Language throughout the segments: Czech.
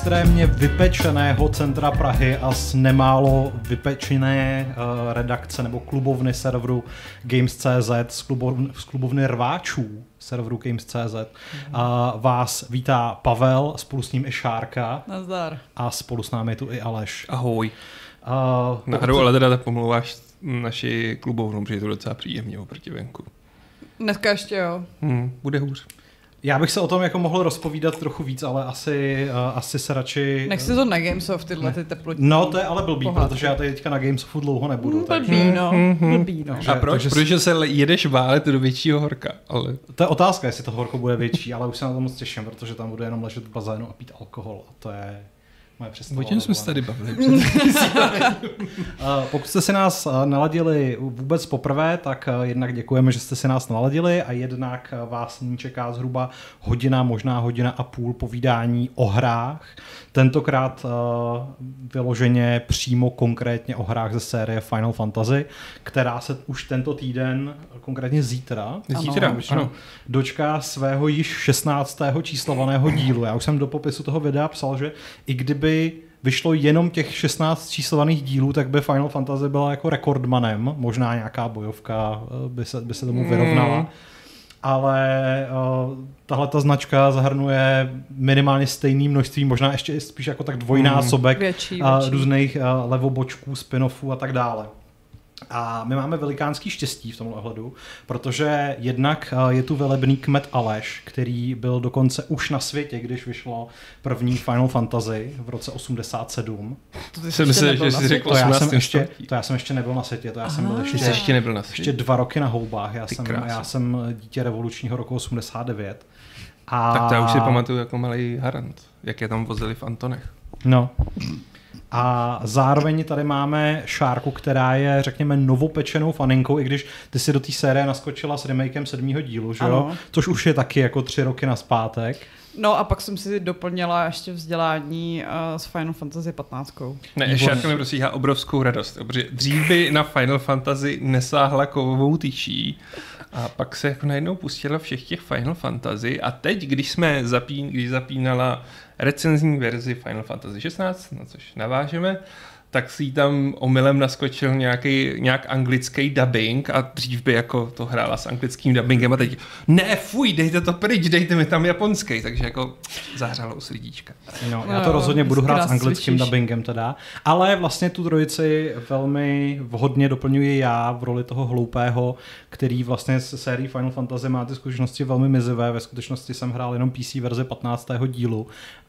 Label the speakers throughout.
Speaker 1: extrémně vypečeného centra Prahy a z nemálo vypečené redakce nebo klubovny serveru Games.cz, z klubovny rváčů serveru Games.cz. Vás vítá Pavel, spolu s ním i Šárka.
Speaker 2: Nazdar.
Speaker 1: A spolu s námi je tu i Aleš.
Speaker 3: Ahoj. Na hru ale teda pomluváš naši klubovnu, protože je to docela příjemně oproti venku.
Speaker 2: Dneska ještě jo.
Speaker 3: Bude hůř.
Speaker 1: Já bych se o tom jako mohl rozpovídat trochu víc, ale asi se radši...
Speaker 2: Nech si to na Gamesoft, tyhle ty teplotní.
Speaker 1: No to je ale blbý, protože já tady teďka na Gamesoftu dlouho nebudu.
Speaker 2: Blbý, no.
Speaker 3: A proč? Protože se jedeš válet do většího horka. Ale...
Speaker 1: To je otázka, jestli to horko bude větší, ale už se na to moc těším, protože tam budu jenom ležet v bazénu a pít alkohol. A to je moje představa.
Speaker 3: O čem jsme se tady bavili?
Speaker 1: Pokud jste si nás naladili vůbec poprvé, tak jednak děkujeme, že jste si nás naladili a jednak vás nyní čeká zhruba hodina, možná hodina a půl povídání o hrách. Tentokrát vyloženě přímo konkrétně o hrách ze série Final Fantasy, která se už tento týden, konkrétně zítra, dočká svého již 16. číslovaného dílu. Já už jsem do popisu toho videa psal, že i kdyby vyšlo jenom těch 16 číslovaných dílů, tak by Final Fantasy byla jako rekordmanem. Možná nějaká bojovka by se tomu vyrovnala. Ale tahle ta značka zahrnuje minimálně stejné množství, možná ještě spíš jako tak dvojnásobek
Speaker 2: větší.
Speaker 1: Různých levobočků, spin-offů a tak dále. A my máme velikánský štěstí v tomhle ohledu, protože jednak je tu velebný kmet Aleš, který byl dokonce už na světě, když vyšlo první Final Fantasy v roce 87.
Speaker 3: To jsem myslel, že jsi řekl 18.
Speaker 1: To já jsem ještě nebyl na světě,
Speaker 3: jsem byl ještě nebyl na světě.
Speaker 1: Ještě 2 roky na houbách, já jsem dítě revolučního roku 89.
Speaker 3: Tak to já už si pamatuju jako malý harant, jak je tam vozili v Antonech.
Speaker 1: No. A zároveň tady máme Šárku, která je, řekněme, novopečenou faninkou, i když ty si do té série naskočila s remakem 7. dílu, že jo? Což už je taky jako 3 roky nazpátek.
Speaker 2: No a pak jsem si doplnila ještě vzdělání s Final Fantasy 15.
Speaker 3: Ne, Šárka mi prosíhá obrovskou radost, protože dřív by na Final Fantasy nesáhla kovovou tyčí a pak se jako najednou pustila všech těch Final Fantasy a teď, když zapínala recenzní verzi Final Fantasy 16, na což navážeme, tak si jí tam omylem naskočil nějak anglický dubbing a dřív by jako to hrála s anglickým dubbingem a teď ne, fuj, dejte to pryč, dejte mi tam japonský, takže jako zahřálo u srdíčka.
Speaker 1: No, já to rozhodně budu hrát s anglickým dubbingem teda, ale vlastně tu trojici velmi vhodně doplňuji já v roli toho hloupého, který vlastně se sérií Final Fantasy má ty zkušenosti velmi mizivé, ve skutečnosti jsem hrál jenom PC verzi 15. dílu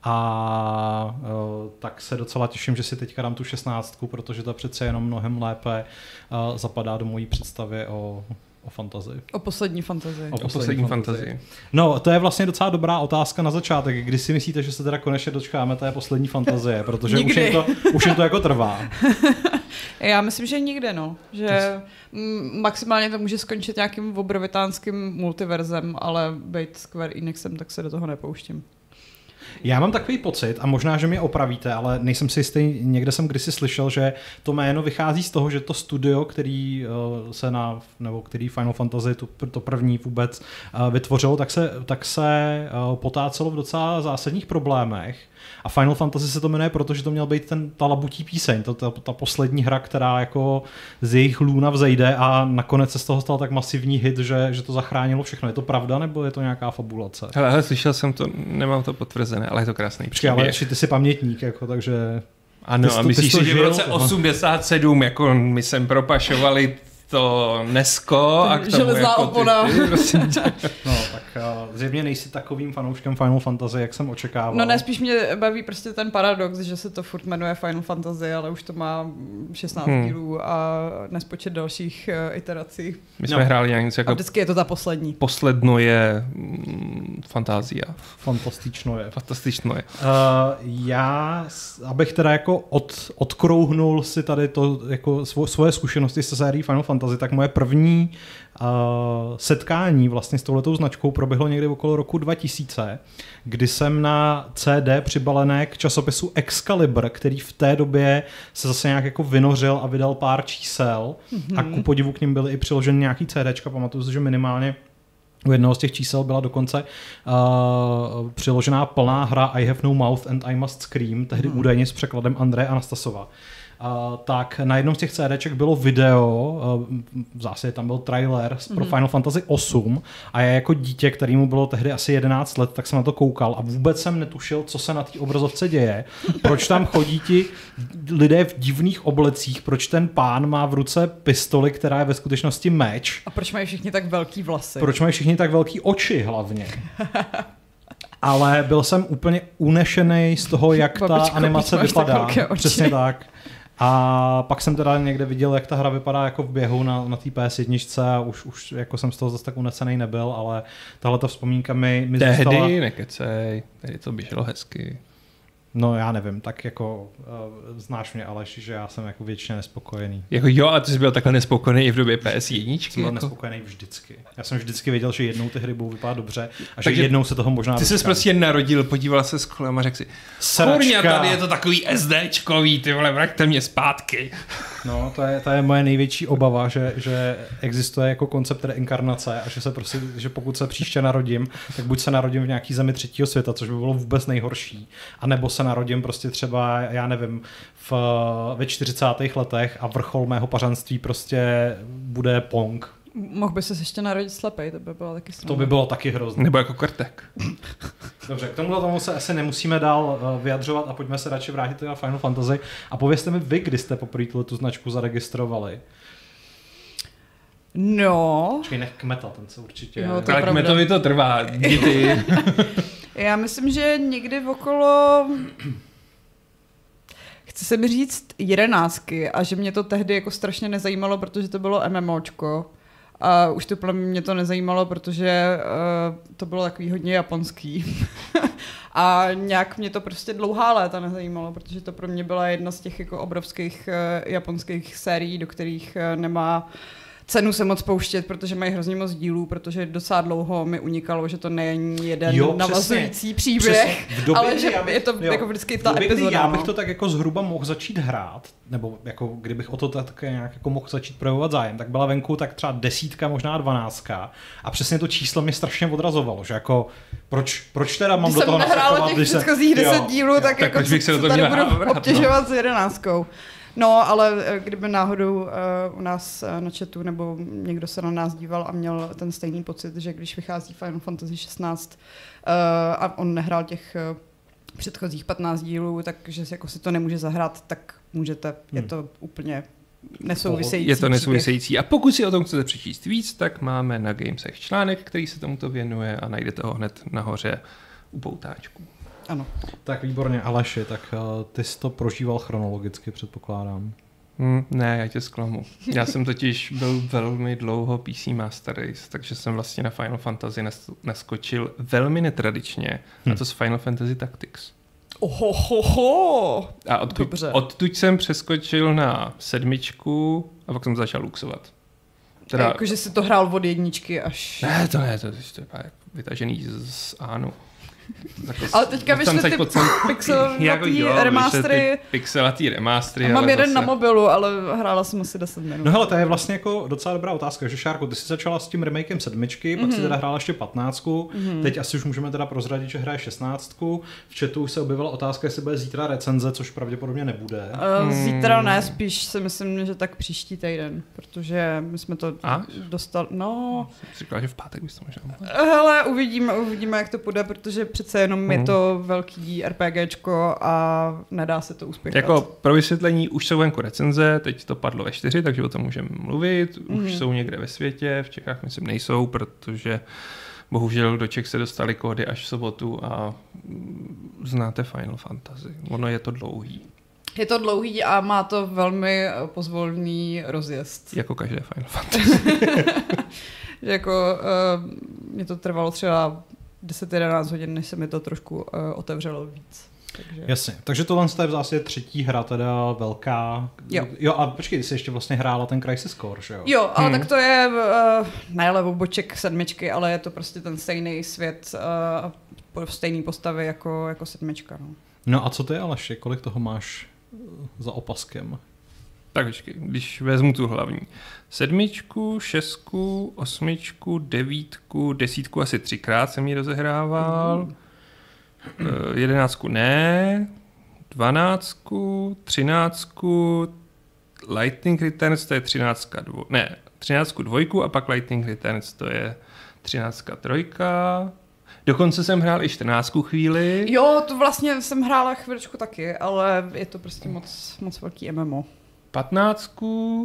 Speaker 1: a tak se docela těším, že si teďka dám tu 16, protože ta přece jenom mnohem lépe zapadá do mojí představy o fantazii.
Speaker 2: O poslední fantazii.
Speaker 1: No, to je vlastně docela dobrá otázka na začátek. Kdy si myslíte, že se teda konečně dočkáme té poslední fantazie? Protože už jim to jako trvá.
Speaker 2: Já myslím, že nikde, no. Že maximálně to může skončit nějakým obrovitánským multiverzem, ale být Square Enixem, tak se do toho nepouštím.
Speaker 1: Já mám takový pocit, a možná, že mě opravíte, ale nejsem si jistý, někde jsem kdysi slyšel, že to jméno vychází z toho, že to studio, který který Final Fantasy, to první vůbec vytvořilo, tak se potácelo v docela zásadních problémech. A Final Fantasy se to jmenuje, protože to měl být ta labutí píseň, ta poslední hra, která jako z jejich lůna vzejde a nakonec se z toho stal tak masivní hit, že to zachránilo všechno. Je to pravda, nebo je to nějaká fabulace?
Speaker 3: Hele, slyšel jsem to, nemám to potvrzené, ale je to krásný příběh.
Speaker 1: Ale ty jsi pamětník, jako, takže...
Speaker 3: Ano, a myslíš si, že v roce 87 jako my sem propašovali to Nesko a k tomu
Speaker 2: železná
Speaker 3: jako
Speaker 2: opona.
Speaker 1: No, tak zjevně nejsi takovým fanouškem Final Fantasy, jak jsem očekával.
Speaker 2: No ne, spíš mě baví prostě ten paradox, že se to furt jmenuje Final Fantasy, ale už to má 16 dílů a nespočet dalších iterací.
Speaker 3: My jsme hráli něco jako...
Speaker 2: A vždycky je to ta poslední.
Speaker 3: Posledno je fantázia.
Speaker 1: Fantastično je. Já, abych teda jako odkrouhnul si tady to jako svoje zkušenosti se sérií Final Fantasy, tak moje první setkání vlastně s touhletou značkou proběhlo někdy okolo roku 2000, kdy jsem na CD přibalené k časopisu Excalibur, který v té době se zase nějak jako vynořil a vydal pár čísel a ku podivu k nim byly i přiloženy nějaký CDčka, pamatuju si, že minimálně U jednoho z těch čísel byla dokonce přiložená plná hra I have no mouth and I must scream, tehdy údajně s překladem Andreje Anastasova. Tak na jednom z těch CDček bylo video, v zásadě tam byl trailer pro Final Fantasy 8 a já jako dítě, kterému bylo tehdy asi 11 let, tak jsem na to koukal a vůbec jsem netušil, co se na té obrazovce děje, proč tam chodí ti lidé v divných oblecích, proč ten pán má v ruce pistoli, která je ve skutečnosti meč.
Speaker 2: A proč mají všichni tak velký vlasy?
Speaker 1: Proč mají všichni tak velký oči hlavně. Ale byl jsem úplně unešený z toho, jak ta animace vypadá. Přesně tak. A pak jsem teda někde viděl, jak ta hra vypadá jako v běhu na té PS1 a už jako jsem z toho zase tak unesený nebyl, ale tahleta vzpomínka mi
Speaker 3: tehdy
Speaker 1: zůstala...
Speaker 3: Tehdy nekecej, tehdy to běželo hezky.
Speaker 1: No já nevím, tak jako znáš mě, Aleš, že já jsem jako většině nespokojený.
Speaker 3: Jako jo, a ty jsi byl takhle nespokojený i v době PS1?
Speaker 1: Jsem byl nespokojený vždycky. Já jsem vždycky věděl, že jednou ty hry budou vypadat dobře a že jednou se toho možná
Speaker 3: ty jsi prostě narodil, podíval se s kolem a řekl si, kurňa, tady je to takový SDčkový, ty vole, vraťte mě zpátky.
Speaker 1: No, to je moje největší obava, že existuje jako koncept reinkarnace a že se prostě, že pokud se příště narodím, tak buď se narodím v nějaký zemi třetího světa, což by bylo vůbec nejhorší, anebo se narodím prostě třeba, já nevím, ve 40. letech a vrchol mého pařanství prostě bude Pong.
Speaker 2: Mohl by se ještě narodit slepej, to by bylo taky
Speaker 1: To by bylo taky hrozné.
Speaker 3: Nebo jako Krtek.
Speaker 1: Dobře, k tomu se asi nemusíme dál vyjadřovat a pojďme se radši vrátit na Final Fantasy a povězte mi vy, kdy jste poprvé tu značku zaregistrovali.
Speaker 2: No.
Speaker 1: Počkej, nech Kmeta, ten se určitě...
Speaker 2: Jo,
Speaker 3: ale Kmetovi to trvá, díky.
Speaker 2: Já myslím, že někdy okolo... Chci se mi říct 11 a že mě to tehdy jako strašně nezajímalo, protože to bylo MMOčko. A už to mě to nezajímalo, protože to bylo takový hodně japonský. A nějak mě to prostě dlouhá léta nezajímalo, protože to pro mě byla jedna z těch jako obrovských japonských sérií, do kterých nemá cenu se moc pouštět, protože mají hrozně moc dílů, protože docela dlouho mi unikalo, že to není jeden navazující příběh, ale že je to jako vždycky ta epizoda.
Speaker 1: Já bych to tak jako zhruba mohl začít hrát, nebo jako kdybych o to tak nějak jako mohl začít projevovat zájem, tak byla venku tak třeba 10, možná 12 a přesně to číslo mě strašně odrazovalo, že jako proč teda mám do toho
Speaker 2: nasakovat, když jsem předchozích 10 dílů, tak jako
Speaker 3: bych se do
Speaker 2: tady budu obtěžovat s 11. No, ale kdyby náhodou u nás na chatu nebo někdo se na nás díval a měl ten stejný pocit, že když vychází Final Fantasy 16 a on nehrál těch předchozích 15 dílů, takže jako si to nemůže zahrát, tak můžete. Je to úplně nesouvisející.
Speaker 3: Je to nesouvisející. A pokud si o tom chcete přečíst víc, tak máme na Gamesech článek, který se tomuto věnuje a najdete ho hned nahoře u poutáčku.
Speaker 2: Ano.
Speaker 1: Tak výborně, Aleši, tak ty jsi to prožíval chronologicky, předpokládám.
Speaker 3: Ne, já tě zklamu. Já jsem totiž byl velmi dlouho PC Master Race, takže jsem vlastně na Final Fantasy naskočil velmi netradičně, a to z Final Fantasy Tactics.
Speaker 2: Ohohoho!
Speaker 3: A odtud jsem přeskočil na 7 a pak jsem začal luxovat.
Speaker 2: Teda... Jakože jsi to hrál od 1 až...
Speaker 3: Ne, to je vytažený z Ánu.
Speaker 2: Ale teďka vyšly ty pixelatý remastery.
Speaker 3: Pixelatý remastery.
Speaker 2: Mám jeden zase... na mobilu, ale hrála jsem asi 10 minut.
Speaker 1: No hele, to je vlastně jako docela dobrá otázka, že Šárko, ty jsi začala s tím remakem 7, pak si teda hrála ještě 15, teď asi už můžeme teda prozradit, že hraje 16. V chatu už se objevila otázka, jestli bude zítra recenze, což pravděpodobně nebude.
Speaker 2: Zítra ne, spíš si myslím, že tak příští týden, protože my jsme to dostali, no...
Speaker 3: Říkala, že v pátek bys to možná.
Speaker 2: Hele, uvidíme, jak to půjde, protože přece jenom je to velký RPGčko a nedá se to uspěchat.
Speaker 3: Jako pro vysvětlení, už jsou venku recenze, teď to padlo ve 4, takže o tom můžeme mluvit. Už jsou někde ve světě, v Čechách myslím nejsou, protože bohužel do Čech se dostaly kódy až v sobotu a znáte Final Fantasy. Ono je to dlouhý.
Speaker 2: Je to dlouhý a má to velmi pozvolný rozjezd.
Speaker 3: Jako každé Final Fantasy.
Speaker 2: Že jako mě to trvalo třeba 10-11 hodin, než se mi to trošku otevřelo víc. Takže...
Speaker 1: Jasně, takže tohle je v zásadě třetí hra, teda velká. Jo, a počkej, ty jsi ještě vlastně hrála ten Crisis Core, že jo?
Speaker 2: Jo, ale tak to je ne levoboček 7, ale je to prostě ten stejný svět, stejný postavy jako 7. No.
Speaker 1: No a co ty, Aleši, kolik toho máš za opaskem?
Speaker 3: Tak počkej, když vezmu tu hlavní. 7, 6, 8, 9, 10 asi 3krát jsem ji rozehrával. 11 ne. 12, 13, Lightning Returns to je 13 dvojku a pak Lightning Returns to je 13 trojka. Dokonce jsem hrál i 14 chvíli.
Speaker 2: Jo, to vlastně jsem hrála chvíličku taky, ale je to prostě moc velký MMO.
Speaker 3: 15,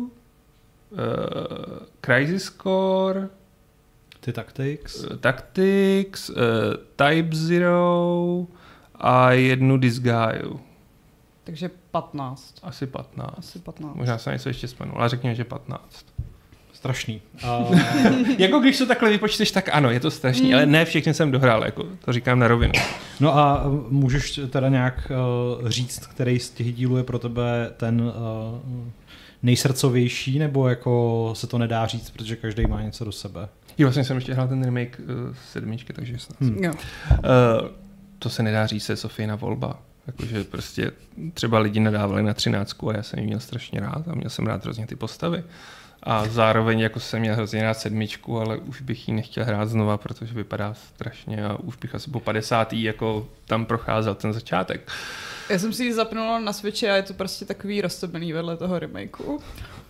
Speaker 3: Crisis Core,
Speaker 1: Ty
Speaker 3: Tactics, Type Zero a 1 Disgaea.
Speaker 2: Takže 15.
Speaker 3: Asi 15.
Speaker 2: 15.
Speaker 3: Možná jsem něco ještě vzpomenul, ale řekněme, že 15.
Speaker 1: Strašný.
Speaker 3: Jako když to takhle vypočteš, tak ano, je to strašný, ale ne všechny jsem dohrál, jako to říkám na rovinu.
Speaker 1: No a můžeš teda nějak říct, který z těch dílů je pro tebe ten nejsrdcovější, nebo jako se to nedá říct, protože každý má něco do sebe?
Speaker 3: Jo, vlastně jsem ještě hrál ten remake 7, takže snad. To se nedá říct, je Sofína volba. Jakože prostě třeba lidi nadávali na 13 a já jsem ji měl strašně rád a měl jsem rád hrozně ty postavy. A zároveň jako jsem měl hrozně rád 7, ale už bych ji nechtěl hrát znova, protože vypadá strašně a už bych asi po 50. jako tam procházel ten začátek.
Speaker 2: Já jsem si ji zapnula na Switchi a je to prostě takový roztobený vedle toho remakeu.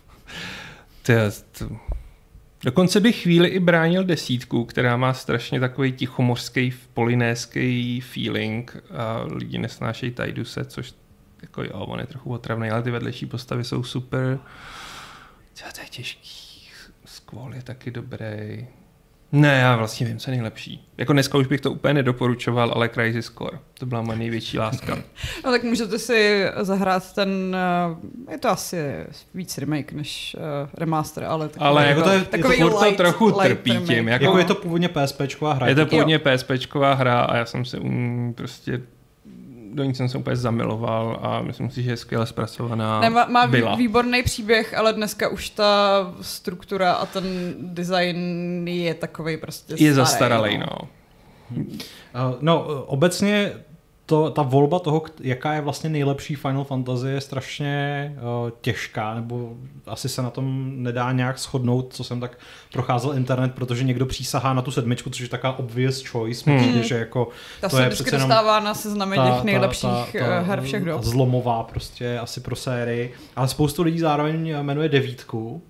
Speaker 3: Dokonce bych chvíli i bránil 10, která má strašně takový tichomořský, polynéský feeling a lidi nesnášejí Tiduse, což jako jo, on je trochu otravný, ale ty vedlejší postavy jsou super. To je těžký. Squall je taky dobrý. Ne, já vlastně vím, co je nejlepší. Jako dneska už bych to úplně nedoporučoval, ale Crisis Core. To byla moje největší láska.
Speaker 2: No tak můžete si zahrát ten, je to asi víc remake než remaster, ale
Speaker 3: jako to je
Speaker 2: takový
Speaker 3: to trochu trpí tím.
Speaker 1: Jako je to původně PSPčková hra.
Speaker 3: Je to původně PSPčková hra a já jsem se prostě do ní jsem se úplně zamiloval a myslím si, že je skvěle zpracovaná.
Speaker 2: Ne, má výborný příběh, ale dneska už ta struktura a ten design je takovej prostě
Speaker 3: je zastaralej, no.
Speaker 1: No, obecně ta volba toho, jaká je vlastně nejlepší Final Fantasy, je strašně těžká, nebo asi se na tom nedá nějak shodnout, co jsem tak procházel internet, protože někdo přísahá na tu 7, což je taková obvious choice, že jako
Speaker 2: ta se vždycky dostává na seznamy těch nejlepších her všech dob.
Speaker 1: Zlomová prostě asi pro sérii, ale spoustu lidí zároveň jmenuje 9.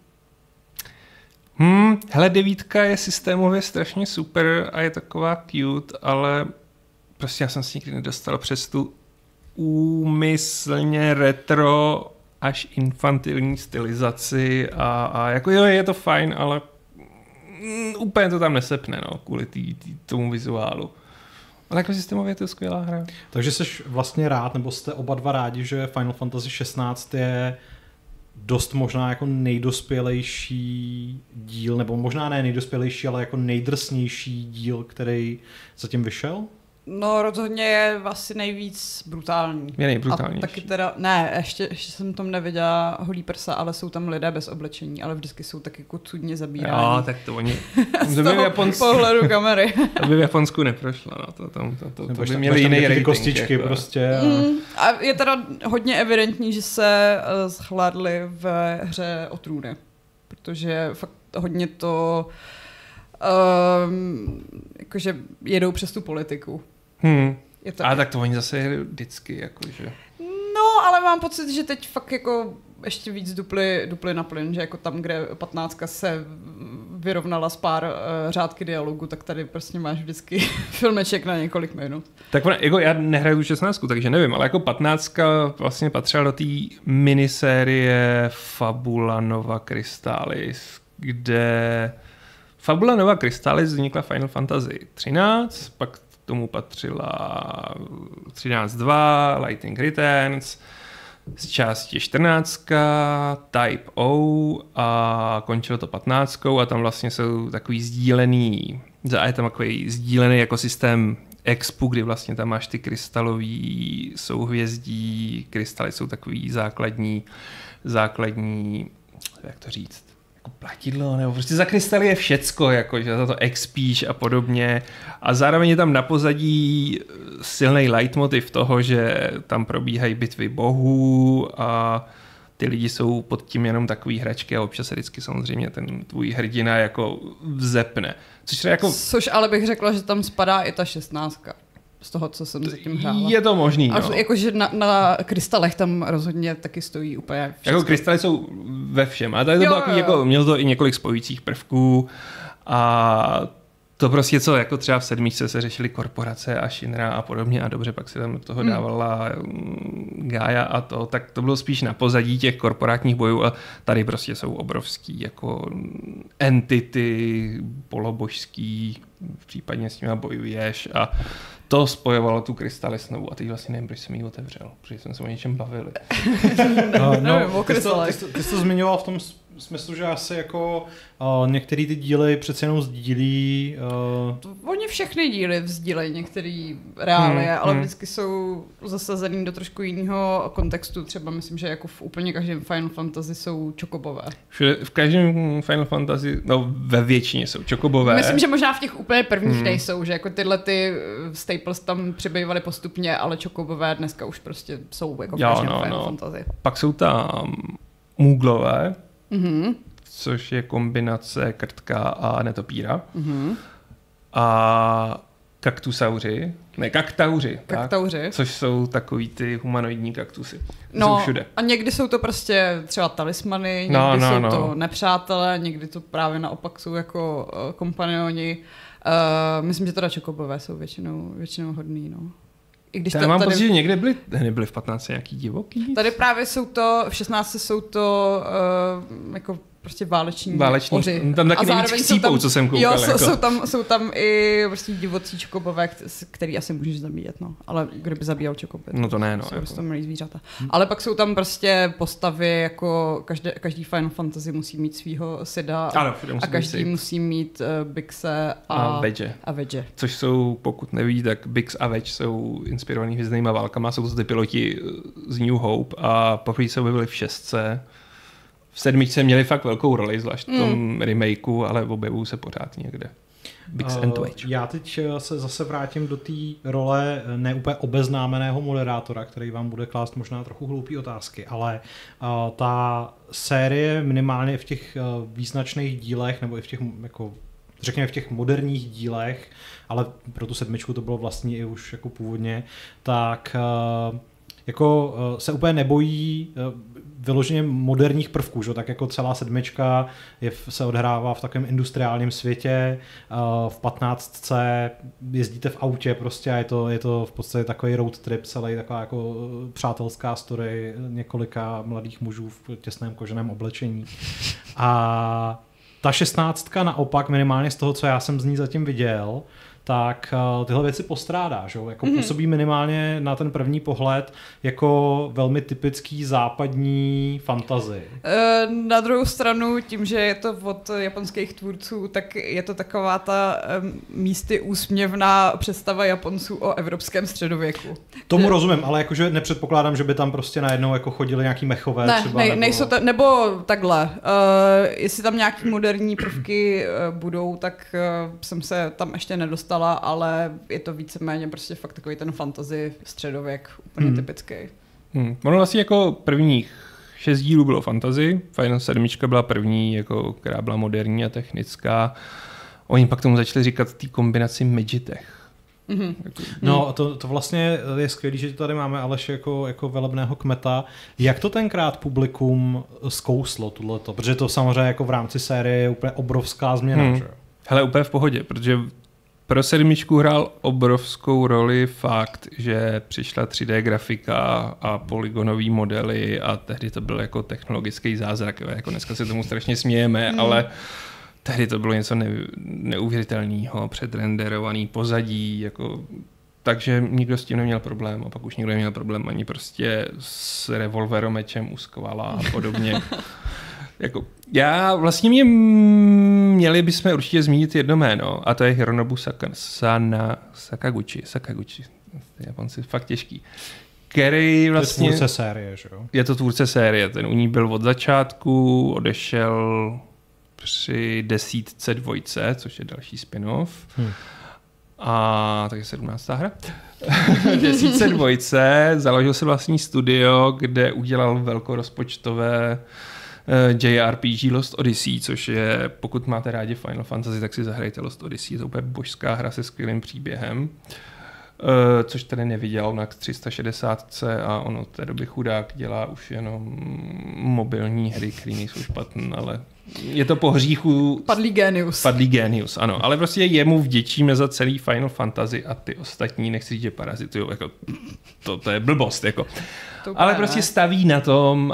Speaker 3: Hele, 9 je systémově strašně super a je taková cute, ale prostě já jsem si nikdy nedostal přes tu úmyslně retro až infantilní stylizaci a jako jo, je to fajn, ale úplně to tam nesepne, no, kvůli tomu vizuálu. Ale jako systémově je to skvělá hra.
Speaker 1: Takže jsi vlastně rád, nebo jste oba dva rádi, že Final Fantasy 16 je dost možná jako nejdospělejší díl, nebo možná ne nejdospělejší, ale jako nejdrsnější díl, který zatím vyšel?
Speaker 2: No rozhodně je asi nejvíc brutální.
Speaker 3: Je nejbrutálnější.
Speaker 2: A taky teda, ne, ještě jsem tam neviděla holí prsa, ale jsou tam lidé bez oblečení, ale vždycky jsou taky jako cudně zabírání.
Speaker 3: Jo, tak to oni...
Speaker 2: Z toho pohledu kamery.
Speaker 3: To by v Japonsku neprošlo, no. To by měli jiný rating.
Speaker 1: Kostičky
Speaker 3: jako.
Speaker 1: prostě.
Speaker 2: A je teda hodně evidentní, že se zhlédli v hře o trůny, protože fakt hodně to jakože jedou přes tu politiku.
Speaker 3: A tak to oni zase jedou vždycky, jakože.
Speaker 2: No, ale mám pocit, že teď fakt jako ještě víc dupli na plyn, že jako tam, kde 15 se vyrovnala s pár řádky dialogu, tak tady prostě máš vždycky filmeček na několik minut.
Speaker 3: Tak jako já nehraju 16, takže nevím, ale jako 15 vlastně patřila do té minisérie Fabula Nova Crystallis, kde Fabula Nova Crystallis vznikla Final Fantasy 13, pak k tomu patřila 13.2, Lightning Returns, z části 14, Type O a končilo to 15 a tam vlastně jsou takový sdílený, je tam takový sdílený jako systém expu, kdy vlastně tam máš ty krystalový souhvězdí, krystaly jsou takový základní, jak to říct, platidlo, nebo prostě za krystaly je všecko, jako, že za to expíš a podobně. A zároveň je tam na pozadí silný leitmotiv toho, že tam probíhají bitvy bohů a ty lidi jsou pod tím jenom takový hračky a občas se vždycky samozřejmě ten tvůj hrdina jako vzepne.
Speaker 2: Což ale bych řekla, že tam spadá i ta 16. Z toho, co jsem zatím hrála.
Speaker 3: Je to možný,
Speaker 2: no. Jakože na krystalech tam rozhodně taky stojí úplně všechno.
Speaker 3: Jako krystaly jsou ve všem. A tady to bylo jako, mělo to i několik spojujících prvků a to prostě co, jako třeba v 7 se řešily korporace a Shinra a podobně a dobře, pak se tam toho dávala Gaia a to, tak to bylo spíš na pozadí těch korporátních bojů a tady prostě jsou obrovský jako entity, polobožský, případně s nimi bojuješ a to spojovalo tu krystaly znovu a teď vlastně nevím, proč jsem ji otevřel, protože jsme se o něčem bavili.
Speaker 1: Ty jsi to zmiňoval v tom smyslu, že asi jako některé ty díly přece jenom sdílí.
Speaker 2: Oni všechny díly sdílejí některý reálie, ale vždycky jsou zasazený do trošku jiného kontextu. Třeba myslím, že jako v úplně každém Final Fantasy jsou čokobové.
Speaker 3: V každém Final Fantasy, no ve většině jsou čokobové.
Speaker 2: Myslím, že možná v těch úplně prvních nejsou, že jako tyhle ty staples tam přibývaly postupně, ale čokobové dneska už prostě jsou jako v každém Final Fantasy.
Speaker 3: Pak jsou tam můglové, což je kombinace krtka a netopíra. A kaktauři, což jsou takový ty humanoidní kaktusy.
Speaker 2: No a někdy jsou to prostě třeba talismany, někdy jsou to nepřátelé, někdy to právě naopak jsou jako kompanioni. Myslím, že teda čokobové jsou většinou hodný, no. I když
Speaker 3: mám pocit, že někde nebyly v 15 nějaký divoký.
Speaker 2: Tady právě jsou to, v 16 jsou to jako prostě váleční oři.
Speaker 3: Tam taky nejvíc chcípou, co jsem koukal.
Speaker 2: Jo, jsou tam i prostě divocí čokobové, který asi můžeš zabíjet, no. Ale kdyby zabíjel čokoby.
Speaker 3: No to ne, no.
Speaker 2: Jsou prostě malý zvířata. Ale pak jsou tam prostě postavy, jako každý Final Fantasy musí mít svýho Sida a každý musí mít Bixe a Wedge. Což
Speaker 3: jsou, pokud neví, tak Bix a Wedge jsou inspirovaný hvězdnýma válkama, jsou to ty piloti z New Hope a poprvé se objevili v 6. V 7 měli fakt velkou roli, zvlášť v tom remakeu, ale objevují se pořád někde. Bix and Wedge.
Speaker 1: Já teď se zase vrátím do té role neúplně obeznámeného moderátora, který vám bude klást možná trochu hloupý otázky, ale ta série minimálně v těch význačných dílech, nebo i v těch, jako, řekněme v těch moderních dílech, ale pro tu 7 to bylo vlastně i už jako původně, tak jako se úplně nebojí vyloženě moderních prvků, že? Tak jako celá 7 se odhrává v takovém industriálním světě, v 15 jezdíte v autě prostě a je to v podstatě takový road trip, celý taková jako přátelská story několika mladých mužů v těsném koženém oblečení. A ta 16 naopak minimálně z toho, co já jsem z ní zatím viděl, tak tyhle věci postrádá, že? Jako působí minimálně na ten první pohled jako velmi typický západní fantasy.
Speaker 2: Na druhou stranu, tím, že je to od japonských tvůrců, tak je to taková ta místy úsměvná představa Japonců o evropském středověku.
Speaker 1: Tomu rozumím, ale jakože nepředpokládám, že by tam prostě najednou jako chodili nějaký mechové třeba.
Speaker 2: Nebo takhle. Jestli tam nějaký moderní prvky budou, tak jsem se tam ještě nedostala, ale je to víceméně prostě fakt takový ten fantasy středověk, úplně typický.
Speaker 3: Ono vlastně jako prvních 6 dílů bylo fantasy, Final 7 byla první, jako, která byla moderní a technická. Oni pak tomu začali říkat té kombinaci midgetech.
Speaker 1: No, to vlastně je skvělý, že tady máme Aleše jako velebného kmeta. Jak to tenkrát publikum zkouslo tohleto? Protože to samozřejmě jako v rámci série je úplně obrovská změna. Že?
Speaker 3: Hele, úplně v pohodě, protože pro 7 hrál obrovskou roli fakt, že přišla 3D grafika a polygonové modely a tehdy to byl jako technologický zázrak. Jako dneska se tomu strašně smějeme, ale tehdy to bylo něco neuvěřitelného, předrenderovaný pozadí, jako, takže nikdo s tím neměl problém a pak už nikdo neměl problém ani prostě s revolveromečem u skvala a podobně. Jako, měli bychom určitě zmínit jedno jméno a to je Hironobu Sakaguchi. Japonci fakt těžký. Který vlastně...
Speaker 1: Je to tvůrce série, že jo?
Speaker 3: Je to tvůrce série, ten u ní byl od začátku, odešel při 10 2, což je další spin-off. a takže 17. hra. V 2002 založil si vlastní studio, kde udělal velkorozpočtové JRPG Lost Odyssey, což je, pokud máte rádi Final Fantasy, tak si zahrajte Lost Odyssey, je to úplně božská hra se skvělým příběhem. Což tady neviděl na 360 a on od té doby chudák dělá už jenom mobilní hry, které nejsou špatné, ale je to po hříchu...
Speaker 2: Padlý génius,
Speaker 3: ano. Ale prostě jemu vděčíme za celý Final Fantasy a ty ostatní, nechci říct, že parazitujou, jako to je blbost, jako. Ale prostě staví na tom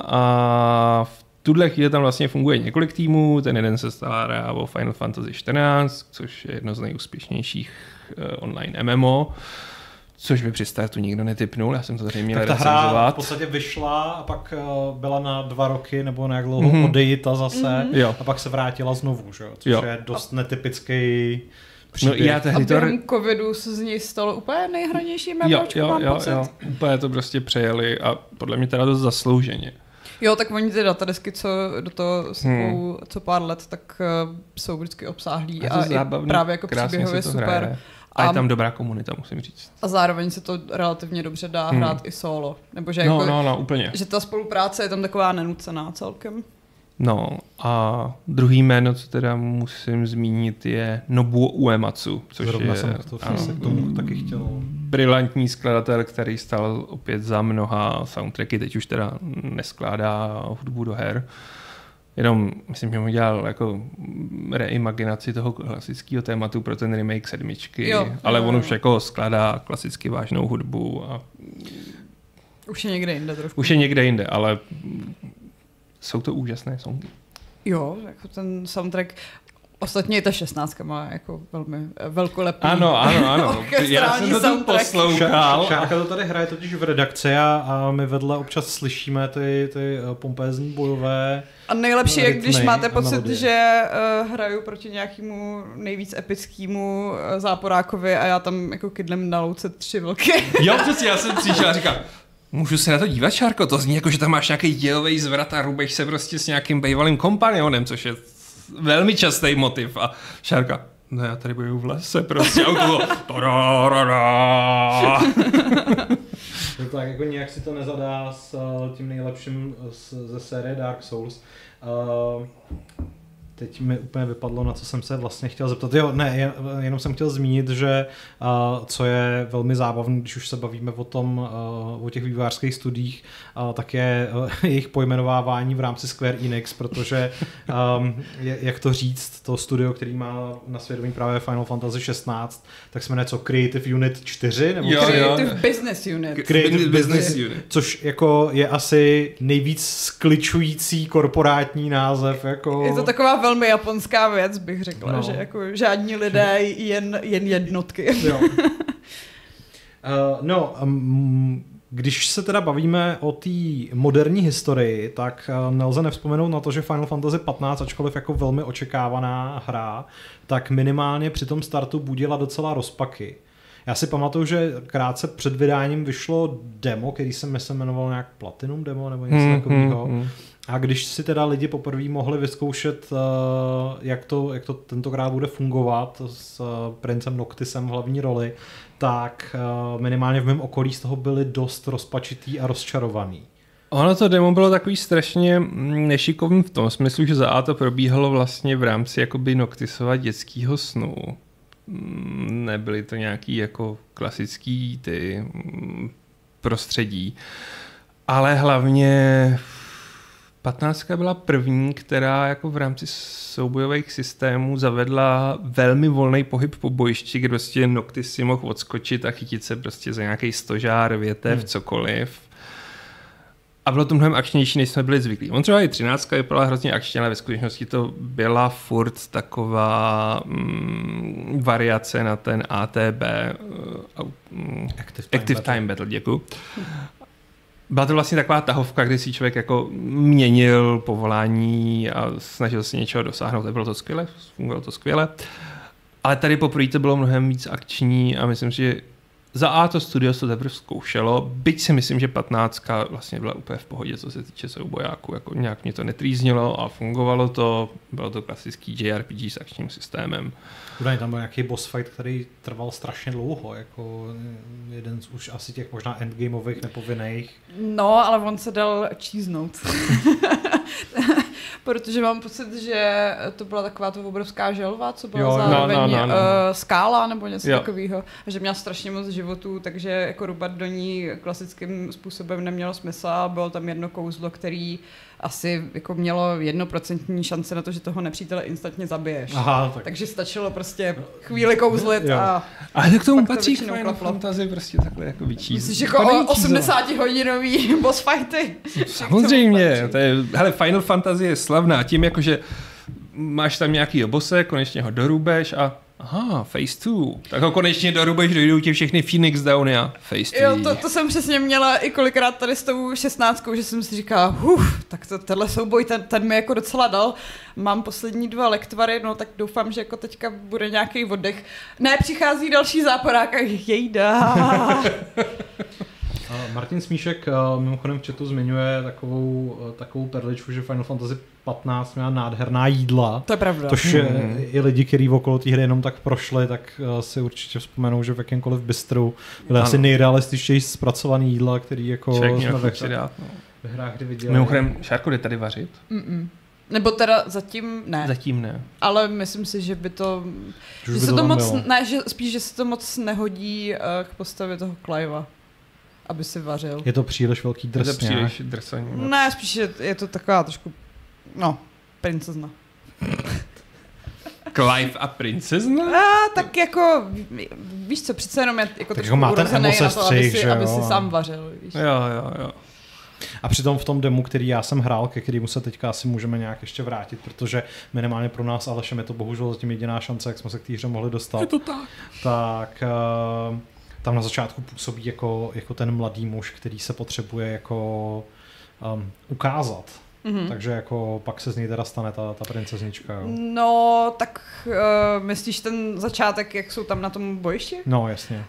Speaker 3: a v tuhle chvíli tam vlastně funguje několik týmů, ten jeden se stará o Final Fantasy 14, což je jedno z nejúspěšnějších online MMO, což by při startu nikdo netipnul, já jsem to tady měl recenzovat.
Speaker 1: Ta hra v podstatě vyšla a pak byla na 2 roky nebo nějak dlouho odejita zase a pak se vrátila znovu, že? Což je dost netypický příběh.
Speaker 2: A během covidu se z něj stalo úplně nejhranější MMOčko, mám pocit. Jo,
Speaker 3: úplně to prostě přejeli a podle mě teda dost zaslouženě.
Speaker 2: Jo, tak oni ty datadesky, co do toho jsou co pár let, tak jsou vždycky obsáhlí a i právě jako příběhově super.
Speaker 3: Hraje. A je tam dobrá komunita, musím říct.
Speaker 2: A zároveň se to relativně dobře dá hrát i solo. Nebo že,
Speaker 3: úplně.
Speaker 2: Že ta spolupráce je tam taková nenucená celkem.
Speaker 3: No a druhý jméno, co teda musím zmínit, je Nobuo Uematsu, což
Speaker 1: zrovna jsem se k tomu taky chtěl.
Speaker 3: Brilantní skladatel, který stál opět za mnoha soundtracky, teď už teda neskládá hudbu do her. Jenom, myslím, že mu dělal jako reimaginaci toho klasického tématu pro ten remake 7, ale on už jako skládá klasicky vážnou hudbu. A
Speaker 2: už je někde jinde trošku.
Speaker 3: Už je někde jinde, ale jsou to úžasné songy.
Speaker 2: Jo, jako ten soundtrack. Ostatně i ta 16 má jako velmi velkolepý.
Speaker 3: Ano. Já jsem to tu poslouchal.
Speaker 1: Šárka to tady hraje totiž v redakci a my vedle občas slyšíme ty pompézní bojové.
Speaker 2: A nejlepší je, když máte pocit, že hraju proti nějakému nejvíc epickému záporákovi a já tam jako kydlem na louce 3 vlky.
Speaker 3: Jo, přesně, já jsem přišel a říkal, můžu se na to dívat, Šárko? To zní jako, že tam máš nějaký dělový zvrat a rubeš se prostě s nějakým bývalým kompanionem, což je velmi častý motiv. A Šárka, no já tady bojuju v lese, prostě auto.
Speaker 1: Tak jako nějak si to nezadá s tím nejlepším ze série Dark Souls. Teď mi úplně vypadlo, na co jsem se vlastně chtěl zeptat. Jo, ne, jenom jsem chtěl zmínit, že co je velmi zábavné, když už se bavíme o těch vývojářských studiích, tak je jejich pojmenovávání v rámci Square Enix, protože jak to říct, to studio, který má na svědomí právě Final Fantasy 16, tak se jmenuje co? Creative Unit 4? Nebo
Speaker 2: Creative Business Unit.
Speaker 1: Creative Business Unit. Což jako je asi nejvíc skličující korporátní název. Jako...
Speaker 2: Je to taková velmi japonská věc, bych řekla, že jako žádní lidé, jen jednotky.
Speaker 1: Jo. Když se teda bavíme o té moderní historii, tak nelze nevzpomenout na to, že Final Fantasy 15, ačkoliv jako velmi očekávaná hra, tak minimálně při tom startu budila docela rozpaky. Já si pamatuju, že krátce před vydáním vyšlo demo, který se jmenovalo nějak Platinum demo nebo něco takového. A když si teda lidi poprvé mohli vyzkoušet, jak to tentokrát bude fungovat s princem Noctisem v hlavní roli, tak minimálně v mém okolí z toho byli dost rozpačitý a rozčarovaný.
Speaker 3: Ono to demo bylo takový strašně nešikovný v tom smyslu, že za A to probíhalo vlastně v rámci jakoby Noctisova dětského snu. Nebyly to nějaký jako klasický ty prostředí. Ale hlavně 15 byla první, která jako v rámci soubojových systémů zavedla velmi volný pohyb po bojišti, kde prostě Noctis si mohl odskočit a chytit se prostě za nějaký stožár, větev, cokoliv. A bylo to mnohem akčnější, než jsme byli zvyklí. On třeba i 13 vypadala hrozně akčně, ale ve skutečnosti to byla furt taková variace na ten ATB, Active Time Battle, děkuju. Byla to vlastně taková tahovka, kdy si člověk jako měnil povolání a snažil si něčeho dosáhnout. Bylo to skvěle, fungovalo to skvěle. Ale tady poprvé to bylo mnohem víc akční a myslím si, že za A to studio to teprve zkoušelo, byť si myslím, že 15 vlastně byla úplně v pohodě, co se týče soubojáků, jako nějak mě to netrýznilo a fungovalo to, bylo to klasický JRPG s akčním systémem.
Speaker 1: Údajně tam byl nějaký boss fight, který trval strašně dlouho, jako jeden z už asi těch možná endgameových nepovinných.
Speaker 2: No, ale on se dal číznout. Protože mám pocit, že to byla taková to obrovská želva, co byla zároveň skála nebo něco takového. A že měla strašně moc životů, takže jako rubat do ní klasickým způsobem nemělo smysl. Bylo tam jedno kouzlo, který asi jako mělo 1% šance na to, že toho nepřítele instantně zabiješ. Aha, tak. Takže stačilo prostě chvíli kouzlit a
Speaker 3: ale k tomu patří Final Fantasy prostě takhle jako vyčíst.
Speaker 2: Myslíš jako 80-hodinový boss fighty?
Speaker 3: Samozřejmě. Hele, Final Fantasy je slavná tím, jakože máš tam nějaký bose, konečně ho dorubeš a aha, Phase 2. Tak ho konečně dorubeš, dojdou ti všechny Phoenix Downy a Phase 3.
Speaker 2: Jo, to jsem přesně měla i kolikrát tady s tou 16, že jsem si říkala, tak tenhle souboj, ten mi jako docela dal. Mám poslední 2 lektvary, no tak doufám, že jako teďka bude nějaký oddech. Ne, přichází další záporák a jejda.
Speaker 1: Martin Smíšek mimochodem v chatu zmiňuje takovou perličku, že Final Fantasy 15 měla nádherná jídla.
Speaker 2: To je pravda.
Speaker 1: Tož i lidi, kteří okolo té hry jenom tak prošli, tak si určitě vzpomenou, že v jakémkoliv bistru byly asi nejrealističtěji zpracovaný jídla, který jako jsme ve hrách kdy viděli.
Speaker 3: Mimochodem, Šárko, jde tady vařit?
Speaker 2: Nebo teda zatím ne.
Speaker 3: Zatím ne.
Speaker 2: Ale myslím si, že by to... Že se to moc, ne, že spíš, že se to moc nehodí k postavě toho Clive'a, aby si vařil.
Speaker 1: Je to příliš velký drsňák.
Speaker 3: Je to příliš drsň.
Speaker 2: Ne, spíš je to taková trošku, princezna.
Speaker 3: Clive a princezna?
Speaker 2: Tak jako, víš co, přece jenom je jako
Speaker 1: trošku urozený na to,
Speaker 2: aby si sám vařil. Víš.
Speaker 3: Jo.
Speaker 1: A přitom v tom demu, který já jsem hrál, ke kterému se teďka asi můžeme nějak ještě vrátit, protože minimálně pro nás Alešem je to bohužel zatím jediná šance, jak jsme se k té hře mohli dostat.
Speaker 3: Je to tak.
Speaker 1: Tak tam na začátku působí jako ten mladý muž, který se potřebuje jako ukázat. Mm-hmm. Takže jako pak se z něj teda stane ta princeznička. Jo?
Speaker 2: No, tak myslíš ten začátek, jak jsou tam na tom bojišti?
Speaker 1: No, jasně.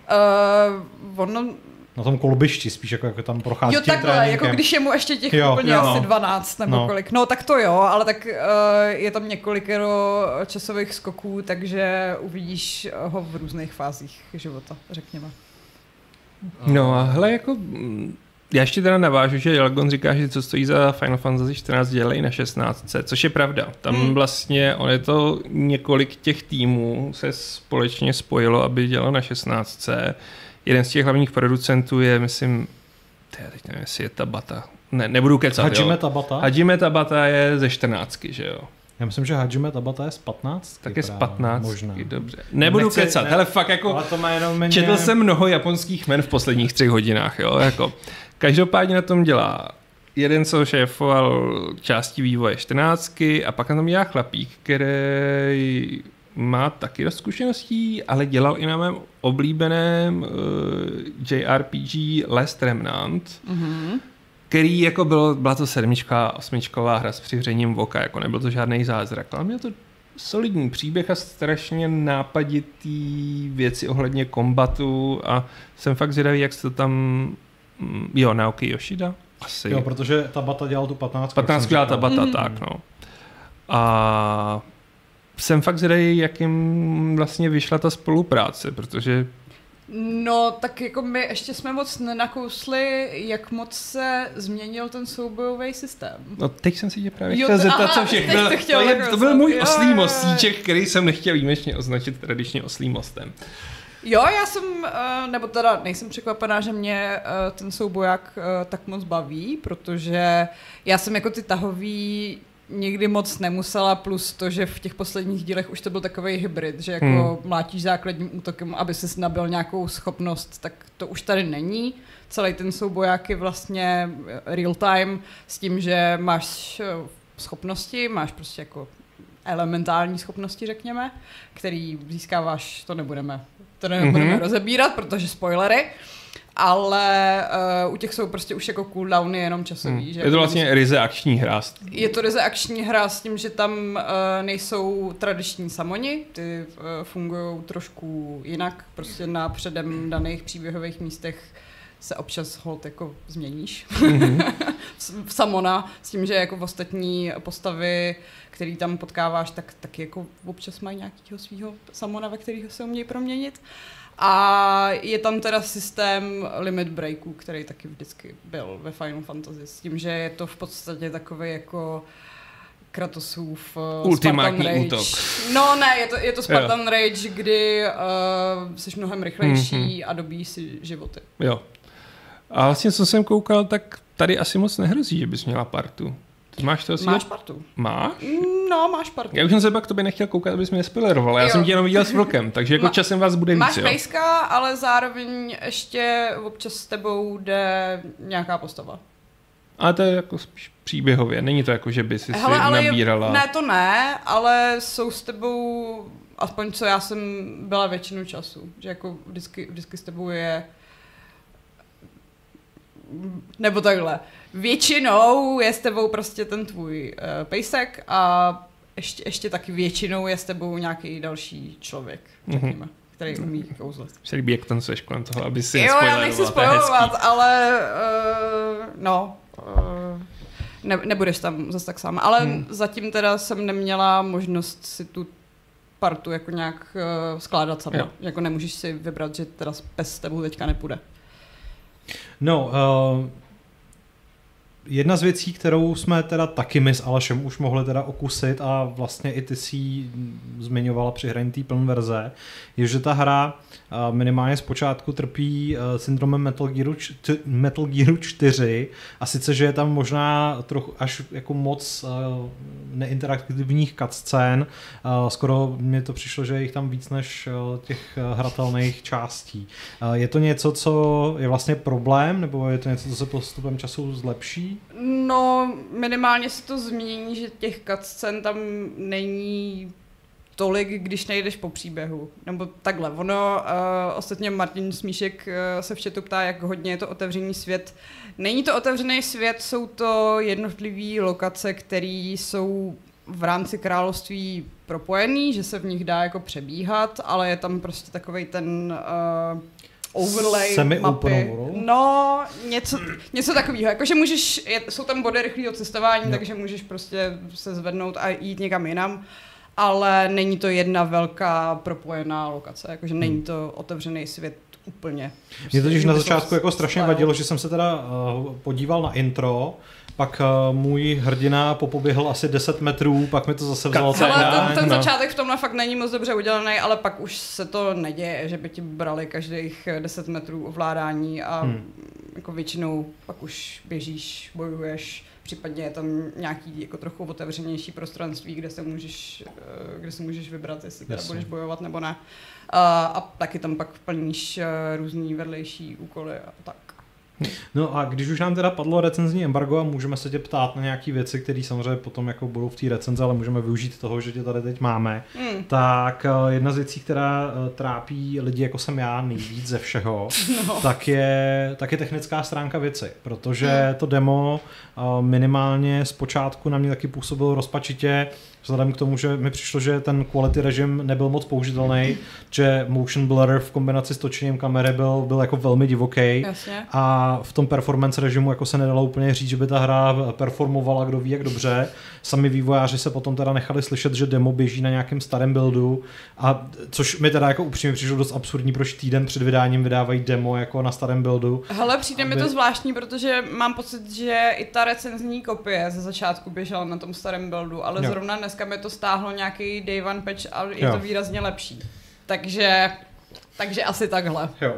Speaker 1: Na tom kolbišti spíš, jako tam prochází tím tréninkem.
Speaker 2: Jako když je mu ještě těch úplně asi 12 nebo kolik. No tak to jo, ale tak je tam několikero časových skoků, takže uvidíš ho v různých fázích života, řekněme.
Speaker 3: No a hele, jako... Já ještě teda navážu, že Jelgon říká, že co stojí za Final Fantasy 14 dělají na 16, což je pravda. Tam vlastně on je to několik těch týmů se společně spojilo, aby dělal na 16. Jeden z těch hlavních producentů je, myslím, teď nevím, jestli je Tabata. Ne, nebudu kecat,
Speaker 1: Hajime Tabata?
Speaker 3: Hajime Tabata je ze 14, že jo?
Speaker 1: Já myslím, že Hajime Tabata je z 15.
Speaker 3: Tak je z 15,
Speaker 1: možná.
Speaker 3: Dobře. Nebudu kecat, hele fakt jako četl jsem mnoho japonských jmen v posledních 3 hodinách, jo, jako. Každopádně na tom dělá jeden, co šéfoval části vývoje 14 a pak na tom dělá chlapík, který má taky dost zkušeností, ale dělal i na mém oblíbeném JRPG Last Remnant, který jako byla to 7, 8 hra s přivřením oka, jako nebyl to žádný zázrak, ale měl to solidní příběh a strašně nápaditý věci ohledně kombatu a jsem fakt zvědavý, jak se to tam... Naoki Yoshida? Asi.
Speaker 1: Jo, protože Tabata dělal tu 15.
Speaker 3: 15 dělal Tabata, tak no. A jsem fakt zvědavý, jak jim vlastně vyšla ta spolupráce, protože...
Speaker 2: No, tak jako my ještě jsme moc nenakousli, jak moc se změnil ten soubojový systém.
Speaker 3: No, teď jsem si tě právě chtěl zeptat, co všechno. To byl můj oslý mostíček, který jsem nechtěl výjimečně označit tradičně oslým mostem.
Speaker 2: Jo, já jsem, nebo teda nejsem překvapená, že mě ten souboják tak moc baví, protože já jsem jako ty tahový nikdy moc nemusela, plus to, že v těch posledních dílech už to byl takovej hybrid, že jako mlátíš základním útokem, aby ses nabil nějakou schopnost, tak to už tady není. Celý ten souboják je vlastně real time s tím, že máš schopnosti, máš prostě jako elementální schopnosti, řekněme, který získáváš, to nebudeme rozebírat, protože spoilery. ale u těch jsou prostě už jako cooldowny jenom časový. Že
Speaker 3: je to vlastně ryze akční hra.
Speaker 2: Je to ryze akční hra s tím, že tam nejsou tradiční samoni, ty fungují trošku jinak, prostě na předem daných příběhových místech se občas holt jako změníš v samona, s tím, že jako v ostatní postavy, který tam potkáváš, tak jako občas mají nějakýho svýho samona, ve kterého se umějí proměnit. A je tam teda systém limit breaků, který taky vždycky byl ve Final Fantasy, s tím, že je to v podstatě takový jako Kratosův
Speaker 3: ultimátní
Speaker 2: Spartan Rage.
Speaker 3: útok.
Speaker 2: No ne, je to Spartan Rage, kdy jsi mnohem rychlejší a dobíjí si životy.
Speaker 3: Jo. A vlastně, co jsem koukal, tak tady asi moc nehrozí, že bys měla partu. Ty máš to asi...
Speaker 2: Máš partu.
Speaker 3: Máš?
Speaker 2: No, máš partu.
Speaker 3: Já už jsem se pak tobě nechtěl koukat, abys mě nespoileroval. Já jsem tě jenom viděl s vlkem, takže jako časem vás bude víc,
Speaker 2: máš
Speaker 3: jo?
Speaker 2: Máš pejska, ale zároveň ještě občas s tebou jde nějaká postava.
Speaker 3: Ale to je jako spíš příběhově. Není to jako, že by si nabírala...
Speaker 2: Ne, to ne, ale jsou s tebou, aspoň co já jsem byla většinu času. Že jako vždycky s tebou je... Nebo takhle. Většinou je s tebou prostě ten tvůj pejsek a ještě taky většinou je s tebou nějaký další člověk, řekněme, který umí kouzlet.
Speaker 3: Se líbí, jak tancuješ kolem toho, aby si
Speaker 2: nespoileroval. Jo, já nechci spoilovat, ale nebudeš tam zase tak sám. Ale zatím teda jsem neměla možnost si tu partu jako nějak skládat sama. Jo. Jako nemůžeš si vybrat, že teda pes s tebou teďka nepůjde.
Speaker 1: No, jedna z věcí, kterou jsme teda taky my s Alešem už mohli teda okusit a vlastně i ty si ji zmiňovala při hraní té plné verze, je, že ta hra minimálně zpočátku trpí syndromem Metal Gearu 4 a sice, že je tam možná trochu až jako moc neinteraktivních cutscén. Skoro mně to přišlo, že je jich tam víc než těch hratelných částí. Je to něco, co je vlastně problém, nebo je to něco, co se postupem času zlepší?
Speaker 2: No, minimálně se to změní, že těch cutscén tam není tolik, když nejdeš po příběhu. Nebo takhle. Ostatně Martin Smíšek se v chatu ptá, jak hodně je to otevřený svět. Není to otevřený svět, jsou to jednotlivé lokace, které jsou v rámci království propojený, že se v nich dá jako přebíhat, ale je tam prostě takovej ten... overlay mapy. No, něco takového. Jakože jsou tam body rychlého cestování, takže můžeš prostě se zvednout a jít někam jinam, ale není to jedna velká propojená lokace, jakože není to otevřený svět úplně.
Speaker 1: Mě totiž na začátku jako strašně vadilo, že jsem se teda podíval na intro, pak můj hrdina popoběhl asi 10 metrů, pak mi to zase vzalo.
Speaker 2: Ten začátek v tomhle fakt není moc dobře udělaný, ale pak už se to neděje, že by ti brali každých 10 metrů ovládání a jako většinou pak už běžíš, bojuješ, případně je tam nějaký jako trochu otevřenější prostranství, kde se můžeš vybrat, jestli teda budeš bojovat nebo ne. A taky tam pak plníš různý vedlejší úkoly a tak.
Speaker 1: No a když už nám teda padlo recenzní embargo a můžeme se tě ptát na nějaké věci, které samozřejmě potom jako budou v té recenzi, ale můžeme využít toho, že tě tady teď máme, tak jedna z věcí, která trápí lidi, jako jsem já, nejvíc ze všeho, tak je technická stránka věci, protože to demo minimálně zpočátku na mě taky působilo rozpačitě, vzhledem k tomu, že mi přišlo, že ten quality režim nebyl moc použitelný, že motion blur v kombinaci s točením kamery byl jako velmi divoký.
Speaker 2: Jasně.
Speaker 1: A v tom performance režimu jako se nedalo úplně říct, že by ta hra performovala kdo ví jak dobře. Sami vývojáři se potom teda nechali slyšet, že demo běží na nějakém starém buildu, a což mi teda jako upřímně přišlo dost absurdní, proč týden před vydáním vydávají demo jako na starém buildu.
Speaker 2: Hele, přijde mi to zvláštní, protože mám pocit, že i ta recenzní kopie ze začátku běžela na tom starém buildu, ale zrovna dneska mi to stáhlo nějaký day one patch a je to výrazně lepší. Takže asi takhle.
Speaker 1: Jo.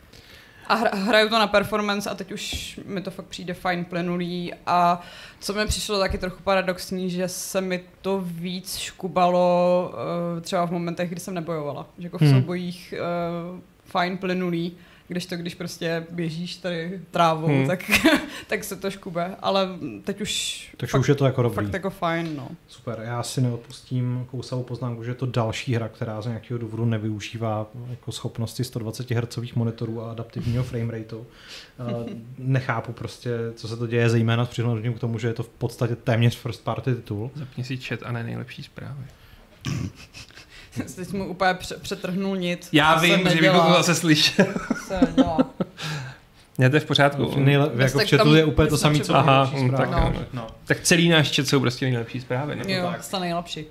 Speaker 2: A hraju to na performance a teď už mi to fakt přijde fajn plynulý a co mi přišlo taky trochu paradoxní, že se mi to víc škubalo třeba v momentech, kdy jsem nebojovala. Že jako v soubojích fajn plynulý, když prostě běžíš tady trávou, tak se to škube, ale teď už...
Speaker 1: Takže už je to jako dobrý.
Speaker 2: Fakt jako fajn, no.
Speaker 1: Super, já si neodpustím kousavou poznámku, že je to další hra, která z nějakého důvodu nevyužívá jako schopnosti 120 Hz monitorů a adaptivního framerateu. Nechápu prostě, co se to děje, zejména s přihlédnutím k tomu, že je to v podstatě téměř first party titul.
Speaker 3: Zapni si chat a ne nejlepší zprávy.
Speaker 2: Teď mu úplně přetrhnul nic.
Speaker 3: Já vím, že bych to zase slyšel.
Speaker 2: Se nedělá.
Speaker 3: Ne, to je v pořádku.
Speaker 1: Jako v chatu je úplně to samé, co nejlepší zprávy.
Speaker 3: Tak celý náš chat jsou prostě nejlepší zprávy. Ne?
Speaker 2: Jo, to nejlepší.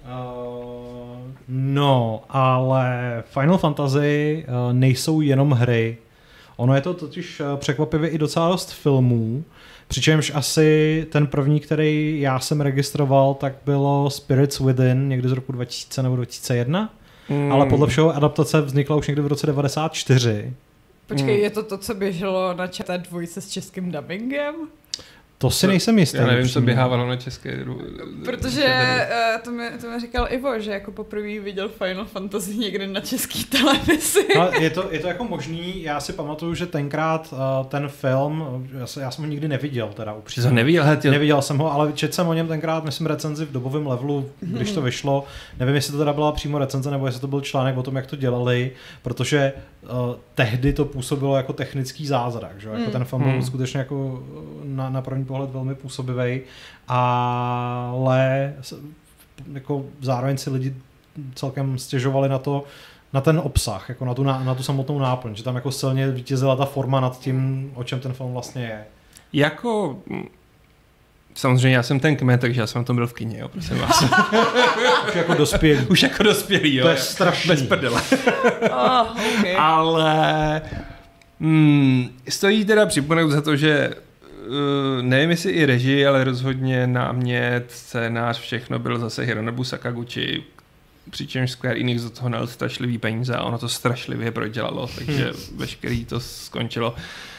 Speaker 1: No, ale Final Fantasy nejsou jenom hry. Ono je to totiž překvapivě i docela dost filmů, přičemž asi ten první, který já jsem registroval, tak bylo Spirits Within někdy z roku 2000 nebo 2001, ale podle všeho adaptace vznikla už někdy v roce 94.
Speaker 2: Počkej, je to, co běželo na ČT2 s českým dubbingem?
Speaker 1: To si nejsem jistý.
Speaker 3: Já nevím, co běhávalo na české.
Speaker 2: Protože to mi říkal Ivo, že jako poprvé viděl Final Fantasy někdy na české televizi.
Speaker 1: Ale je to jako možný, já si pamatuju, že tenkrát ten film, já jsem ho nikdy neviděl teda upřímně.
Speaker 3: Jsi ho neviděl?
Speaker 1: Neviděl jsem ho, ale četl jsem o něm tenkrát, myslím, recenzi v dobovém levelu, když to vyšlo. Nevím, jestli to teda byla přímo recenze, nebo jestli to byl článek o tom, jak to dělali, protože tehdy to působilo jako technický zázrak, že? Jako ten film byl skutečně jako na první pohled velmi působivý, ale jako zároveň si lidi celkem stěžovali na ten obsah, jako na tu samotnou náplň, že tam jako silně vítězila ta forma nad tím, o čem ten film vlastně je.
Speaker 3: Jako... Samozřejmě já jsem ten kmet, takže já jsem na tom byl v kině, jo, prosím vás.
Speaker 1: Už jako dospělý.
Speaker 3: Už jako dospělý, jo.
Speaker 1: To je strašný.
Speaker 3: Bez prdele.
Speaker 2: Okay.
Speaker 3: Ale stojí teda připomenout za to, že nevím, jestli i režii, ale rozhodně námět, scénář, všechno bylo zase Hironobu Sakaguchi, přičemž Square Enix do toho nal strašlivý peníze a ono to strašlivě prodělalo, takže veškerý to skončilo.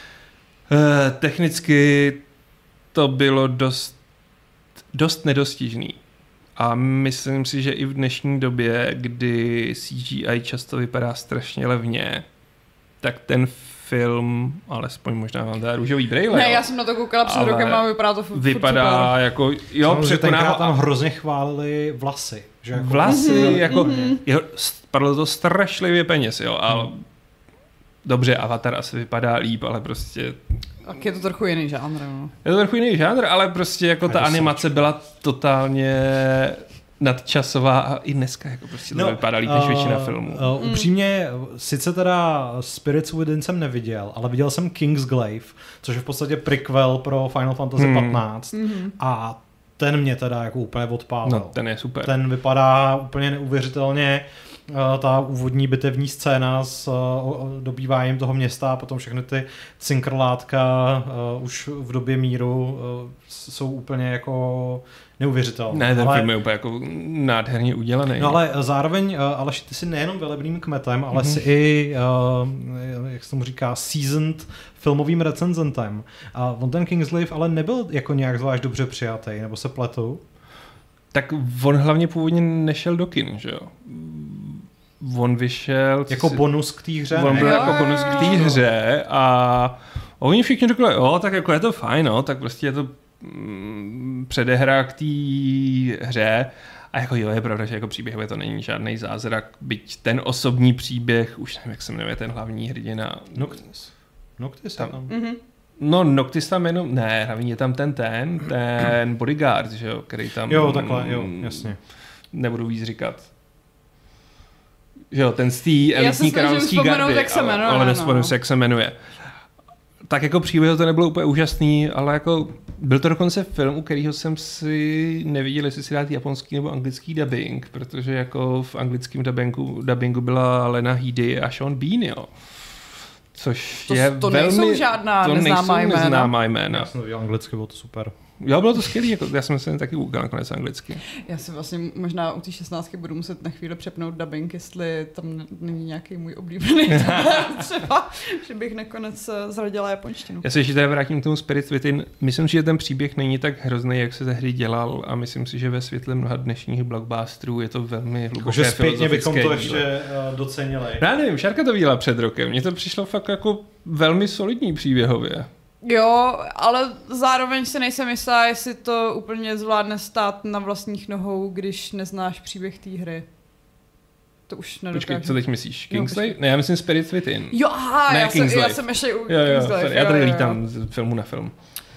Speaker 3: Technicky to bylo dost nedostižný. A myslím si, že i v dnešní době, kdy CGI často vypadá strašně levně, tak ten film, alespoň možná vám dá růžový brejle.
Speaker 2: Ne, já jsem na to koukala před rokem a vypadá to
Speaker 3: vypadá
Speaker 2: super.
Speaker 3: jako, jo,
Speaker 1: překonává. Tam hrozně chválili vlasy. Že jako
Speaker 3: vlasy, jako, padlo to strašlivě peněz, jo, ale dobře, Avatar asi vypadá líp, ale prostě...
Speaker 2: Tak je to trochu jiný žánr, no.
Speaker 3: Je to trochu jiný žánr, ale prostě jako ta animace byla totálně nadčasová a i dneska jako prostě to vypadá líp než většina filmů.
Speaker 1: Upřímně, sice teda Spirits Within jsem neviděl, ale viděl jsem Kingsglaive, což je v podstatě prequel pro Final Fantasy 15 a ten mě teda jako úplně odpálil.
Speaker 3: No, ten je super.
Speaker 1: Ten vypadá úplně neuvěřitelně. Ta úvodní bitevní scéna s dobýváním toho města a potom všechny ty cinkrlátka už v době míru jsou úplně jako neuvěřitelné.
Speaker 3: Ne, ten film je úplně jako nádherně udělaný.
Speaker 1: No ale zároveň, Aleši, ty jsi nejenom velebným kmetem, ale jsi i, jak se tomu říká, seasoned filmovým recenzentem. A on ten Kingsglaive ale nebyl jako nějak zvlášť dobře přijatý, nebo se pletu?
Speaker 3: Tak on hlavně původně nešel do kin, že jo? On vyšel...
Speaker 1: Jako bonus k té hře?
Speaker 3: On byl jako bonus k té hře a oni všichni řekli, jo, tak jako je to fajn, no, tak prostě je to předehra k té hře a jako jo, je pravda, že jako příběhově to není žádný zázrak, byť ten osobní příběh, už nevím, jak se jmenuje ten hlavní hrdina.
Speaker 1: Noctis
Speaker 3: tam.
Speaker 1: Mm-hmm.
Speaker 3: No, Noctis tam jenom, ne, hlavně je tam ten bodyguard, že jo, který tam...
Speaker 1: Jo, takhle, jo, jasně.
Speaker 3: Nebudu víc říkat. Že jo, ten z té elitní královský gardy, ale nespomenu si, jak se jmenuje. Tak jako příběh to nebylo úplně úžasný, ale jako byl to dokonce film, u kterého jsem si neviděl, jestli si dát japonský nebo anglický dubbing, protože jako v anglickém dubbingu byla Lena Headey a Sean Bean, jo. Což je
Speaker 2: to
Speaker 3: velmi...
Speaker 2: nejsou žádná neznámá jména.
Speaker 1: Já jsem to viděl anglicky, bylo to super.
Speaker 3: Jo, bylo to skvělý, jako, já jsem se taky koukal nakonec anglicky.
Speaker 2: Já si vlastně možná u té 16 budu muset na chvíli přepnout dubbing, jestli tam není nějaký můj oblíbený třeba, že bych nakonec zradila japonštinu.
Speaker 3: Já se ještě tady vrátím k tomu Spirit Within. Myslím si, že ten příběh není tak hrozný, jak se tehdy dělal a myslím si, že ve světle mnoha dnešních blockbusterů je to velmi hluboké
Speaker 1: že zpětně bychom to
Speaker 3: dílo.
Speaker 1: ještě docenili.
Speaker 3: Já nevím, Šárka to viděla před rokem. Mně to přišlo fakt jako velmi solidní příběhově.
Speaker 2: Jo, ale zároveň si nejsem jistá, jestli to úplně zvládne stát na vlastních nohou, když neznáš příběh té hry. To už nedokážu.
Speaker 3: Počkej, co teď myslíš? Kingslave? Ne, já myslím Spirit Within.
Speaker 2: Jo, aha,
Speaker 3: ne,
Speaker 2: já jsem ještě u Kingslave.
Speaker 3: Já tady lítám z filmu na film.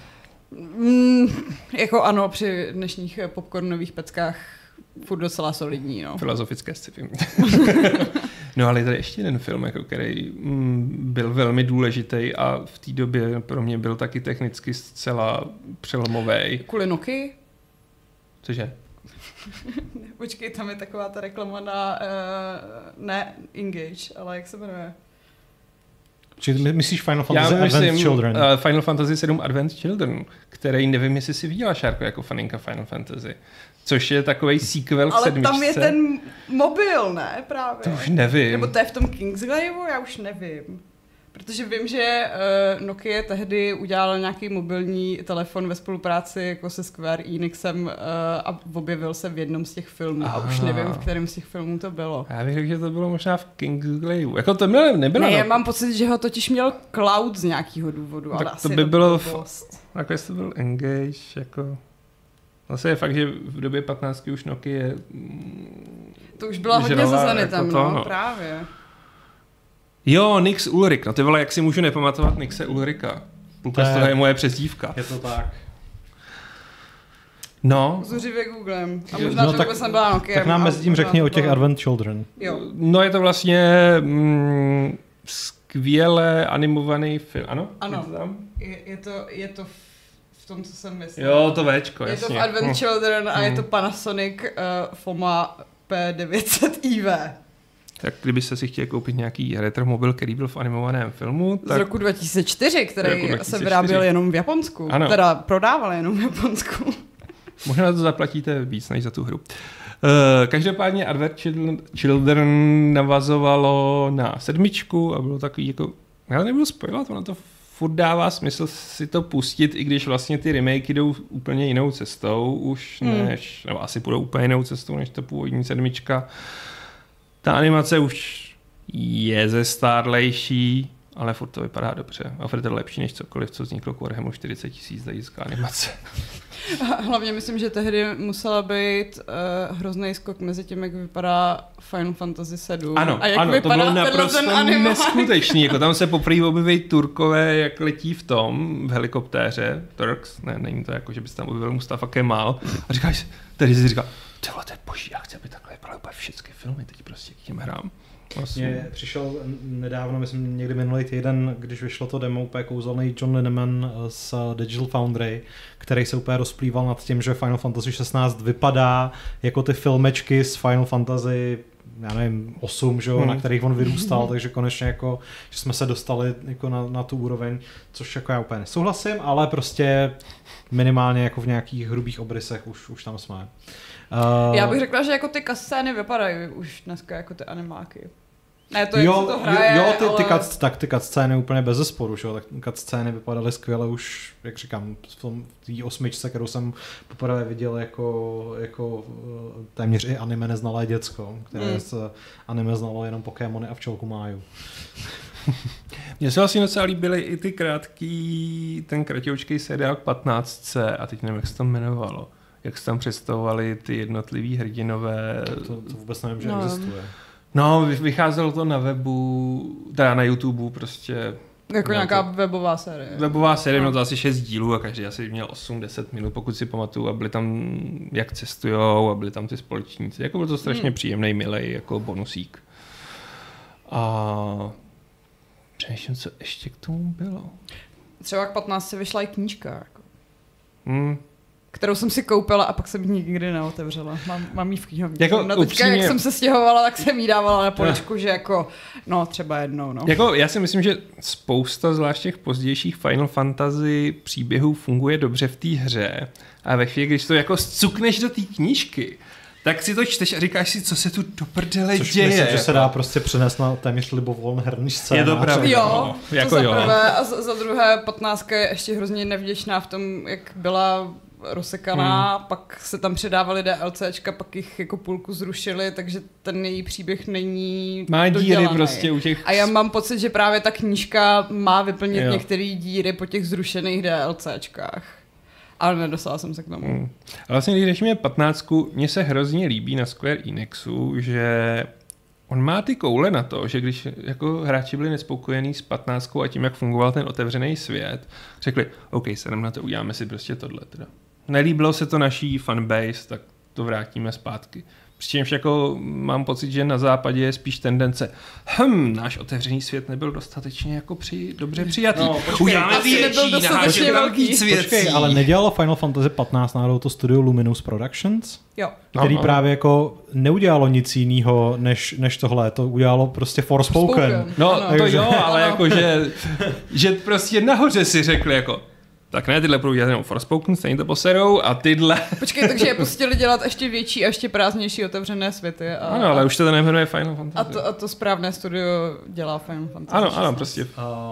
Speaker 2: Jako ano, při dnešních popcornových peckách furt docela solidní, no.
Speaker 3: Filozofické sci-fi. No ale je tady ještě jeden film, jako, který byl velmi důležitý a v té době pro mě byl taky technicky zcela přelomový.
Speaker 2: Kvůli Nokia?
Speaker 3: Cože?
Speaker 2: Počkej, tam je taková ta reklama na, ne Engage, ale jak se jmenuje?
Speaker 1: Či myslíš Final Fantasy Advent Children?
Speaker 3: Final Fantasy 7 Advent Children, který nevím, jestli si viděla, Šárko, jako faninka Final Fantasy. Což je takovej sequel k sedmičce.
Speaker 2: Ale tam je ten mobil, ne? Právě.
Speaker 3: To už nevím.
Speaker 2: Nebo to je v tom Kingsglaveu? Já už nevím. Protože vím, že Nokia tehdy udělala nějaký mobilní telefon ve spolupráci jako se Square Enixem a objevil se v jednom z těch filmů. A už nevím, v kterém z těch filmů to bylo.
Speaker 3: Já bych řekl, že to bylo možná v Kingsglaveu. Jako to nebylo.
Speaker 2: Ne, já mám pocit, že ho totiž měl Cloud z nějakého důvodu.
Speaker 3: Tak
Speaker 2: ale
Speaker 3: to
Speaker 2: asi
Speaker 3: by bylo...
Speaker 2: Tak
Speaker 3: jestli to byl Engage, jako... Zase je fakt, že v době 15 už Nokia...
Speaker 2: To už byla hodně za Zenitem,
Speaker 3: jako
Speaker 2: no, právě.
Speaker 3: Jo, Nix Ulrik, no ty vole, jak si můžu nepamatovat Nixe Ulrika. Půlka z toho je moje přezdívka.
Speaker 1: Je to tak.
Speaker 3: No.
Speaker 2: Zuřivě googlem. A možná, že vůbec nebyla Nokia.
Speaker 1: Tak nám mezi tím řekni o těch Advent Children.
Speaker 2: Jo.
Speaker 3: No je to vlastně skvěle animovaný film, ano?
Speaker 2: Ano, je to v tom, co jsem myslel.
Speaker 3: Jo, to Včko,
Speaker 2: je
Speaker 3: jasně.
Speaker 2: Je to v Advent Children a je to Panasonic FOMA P900 IV.
Speaker 3: Tak kdybyste si chtěli koupit nějaký retromobil, který byl v animovaném filmu, tak...
Speaker 2: Z roku 2004, který se vyráběl jenom v Japonsku.
Speaker 3: Ano.
Speaker 2: Teda prodával jenom v Japonsku.
Speaker 3: Možná to zaplatíte víc než za tu hru. Každopádně Advent Children navazovalo na sedmičku a bylo takový jako... Já nebudu spojovat, ono to furt dává smysl si to pustit, i když vlastně ty remakey jdou úplně jinou cestou už než... Nebo asi půjdou úplně jinou cestou než ta původní sedmička. Ta animace už je zestárlejší, ale furt to vypadá dobře. A furt je to lepší než cokoliv, co vzniklo k Warhammeru 40 000 hlediska animace.
Speaker 2: Hlavně myslím, že tehdy musela být hrozný skok mezi tím, jak vypadá Final Fantasy 7
Speaker 3: ano,
Speaker 2: a jak
Speaker 3: ano,
Speaker 2: vypadá
Speaker 3: to bylo naprosto neskutečný. Jako tam se poprvé objeví Turkové, jak letí v tom, v helikoptéře. Turks, ne, není to jako, že by se tam objevil Mustafa Kemal. A říkáš, tady si říká, tohle to je boží, já chci, aby takhle vypadaly úplně všechny filmy teď prostě k těm hrám.
Speaker 1: Vlastně. Mě přišel nedávno, myslím někdy minulý týden, když vyšlo to demo, úplně kouzelný John Lineman z Digital Foundry, který se úplně rozplýval nad tím, že Final Fantasy 16 vypadá jako ty filmečky z Final Fantasy, já nevím, 8, že na kterých on vyrůstal, takže konečně jako, že jsme se dostali jako na tu úroveň, což jako já úplně nesouhlasím, ale prostě minimálně jako v nějakých hrubých obrysech už tam jsme.
Speaker 2: Já bych řekla, že jako ty scény vypadají už dneska jako ty animáky. Ne, to jak se to hraje,
Speaker 1: jo,
Speaker 2: ale...
Speaker 1: ty cutscény úplně bez zesporu, že? Tak cutscény vypadaly skvěle už, jak říkám, v té 8, kterou jsem poprvé viděl jako téměř i anime neznalé děcko, které se anime znalo jenom Pokémony a včelku Máju.
Speaker 3: Mně se vlastně docela líbily i ty ten kratěučký seriál k 15. a teď nevím, jak se to jmenovalo. Jak se tam představovali ty jednotlivý hrdinové.
Speaker 1: To vůbec nevím, že existuje.
Speaker 3: No, vycházelo to na webu, teda na YouTube prostě.
Speaker 2: Jako nějaká webová série.
Speaker 3: Webová série, mělo to asi 6 dílů a každý asi měl 8-10 minut, pokud si pamatuju, a byli tam, jak cestujou, a byli tam ty společníci. Jako byl to strašně příjemný, milej, jako bonusík. A přemýšlím, co ještě k tomu bylo.
Speaker 2: Třeba k 15 vyšla i knížka. Jako. kterou jsem si koupila a pak jsem ji nikdy neotevřela. Mám jí v knihovně.
Speaker 3: Jako
Speaker 2: No teďka,
Speaker 3: upřímně,
Speaker 2: jak jsem se stěhovala, tak jsem jí dávala na poličku, že jako, no třeba jednou, no.
Speaker 3: Jako já si myslím, že spousta zvlášť těch pozdějších Final Fantasy příběhů funguje dobře v té hře a ve chvíli, když to jako zcukneš do té knížky, tak si to čteš a říkáš si, co se tu do prdele děje.
Speaker 1: Myslím, že se dá prostě přenést na téměř libovolný herní scénář.
Speaker 3: Je to pravda.
Speaker 2: Jo,
Speaker 3: no, jako
Speaker 2: to za
Speaker 3: jo.
Speaker 2: prvé a za druhé 15 je ještě hrozně nevděčná v tom, jak byla rozsekaná, pak se tam předávaly DLCčka, pak jich jako půlku zrušili, takže ten její příběh není
Speaker 3: Má díry
Speaker 2: dodělaný.
Speaker 3: prostě u těch...
Speaker 2: A já mám pocit, že právě ta knížka má vyplnit
Speaker 3: Jo.
Speaker 2: některé díry po těch zrušených DLCčkách. Ale nedostala jsem se k tomu.
Speaker 3: A vlastně, když řešíme 15, mně se hrozně líbí na Square Enixu, že on má ty koule na to, že když jako hráči byli nespokojení s 15 a tím, jak fungoval ten otevřený svět, řekli, OK, se nám na to uděláme si prostě tohle. Teda. Nelíbilo se to naší fanbase, tak to vrátíme zpátky. Přičemž jako mám pocit, že na západě je spíš tendence, náš otevřený svět nebyl dostatečně jako dobře přijatý.
Speaker 1: No,
Speaker 3: Uděláme
Speaker 2: asi nebyl
Speaker 3: větší,
Speaker 2: dostatečně
Speaker 3: nahážeme
Speaker 2: velký.
Speaker 3: víc věcí.
Speaker 1: Počkej, ale nedělalo Final Fantasy 15 náhodou to studio Luminous Productions?
Speaker 2: Jo.
Speaker 1: Který
Speaker 3: No.
Speaker 1: právě jako neudělalo nic jiného než tohle, to udělalo prostě Forspoken.
Speaker 3: No,
Speaker 2: Ano.
Speaker 3: to
Speaker 1: Takže-
Speaker 3: jo, ale
Speaker 2: Ano.
Speaker 3: jako, že prostě nahoře si řekli jako, tak ne, tyhle budou dělat jenom Forspoken, stejně to poserou a tyhle.
Speaker 2: Počkej, takže je pustili dělat ještě větší a ještě prázdnější otevřené světy.
Speaker 3: Ano, ale už to nejmenuje Final Fantasy.
Speaker 2: a to správné studio dělá Final Fantasy.
Speaker 3: Ano,
Speaker 2: 16.
Speaker 3: ano, prostě.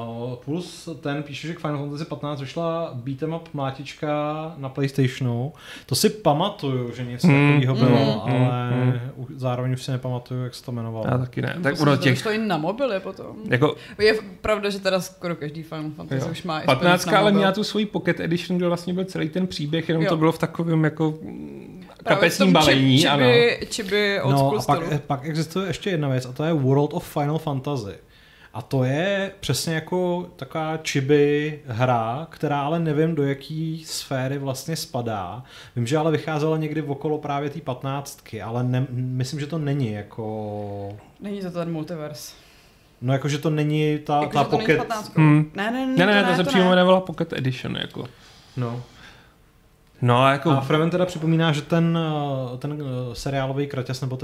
Speaker 1: Plus ten píše, že k Final Fantasy 15 vyšla beat'em up mlátička na PlayStationu. To si pamatuju, že něco takového bylo, ale zároveň už si nepamatuju, jak se to jmenovalo.
Speaker 3: Já taky ne. Tak
Speaker 2: To
Speaker 3: ono
Speaker 2: to
Speaker 3: těch,
Speaker 2: vyšlo i na mobily potom.
Speaker 3: jako
Speaker 2: Je pravda, že teda skoro každý Final Fantasy
Speaker 3: jo.
Speaker 2: už má i
Speaker 3: 15
Speaker 2: spojení na
Speaker 3: ale
Speaker 2: mobil.
Speaker 3: měla tu svoji Pocket Edition, kde vlastně byl celý ten příběh, jenom
Speaker 2: Jo.
Speaker 3: to bylo v takovém jako
Speaker 2: Právě v
Speaker 3: kapesním
Speaker 2: tom
Speaker 3: balení, ano.
Speaker 2: Chibi old
Speaker 1: No
Speaker 2: school
Speaker 1: a
Speaker 2: stylu.
Speaker 1: pak existuje ještě jedna věc a to je World of Final Fantasy. A to je přesně jako taková chibi hra, která ale nevím, do jaký sféry vlastně spadá. Vím, že ale vycházela někdy okolo právě té 15, ale myslím, že to není jako...
Speaker 2: Není to ten multiverse.
Speaker 1: No jako, že to není ta
Speaker 2: Jako, že to není
Speaker 1: Pocket...
Speaker 2: 15.
Speaker 3: Ne, to se přímo
Speaker 2: ne.
Speaker 3: jmenovala Pocket Edition, jako.
Speaker 1: No.
Speaker 3: No, jako...
Speaker 1: A Fremen teda připomíná, že ten seriálový kraťas, nebo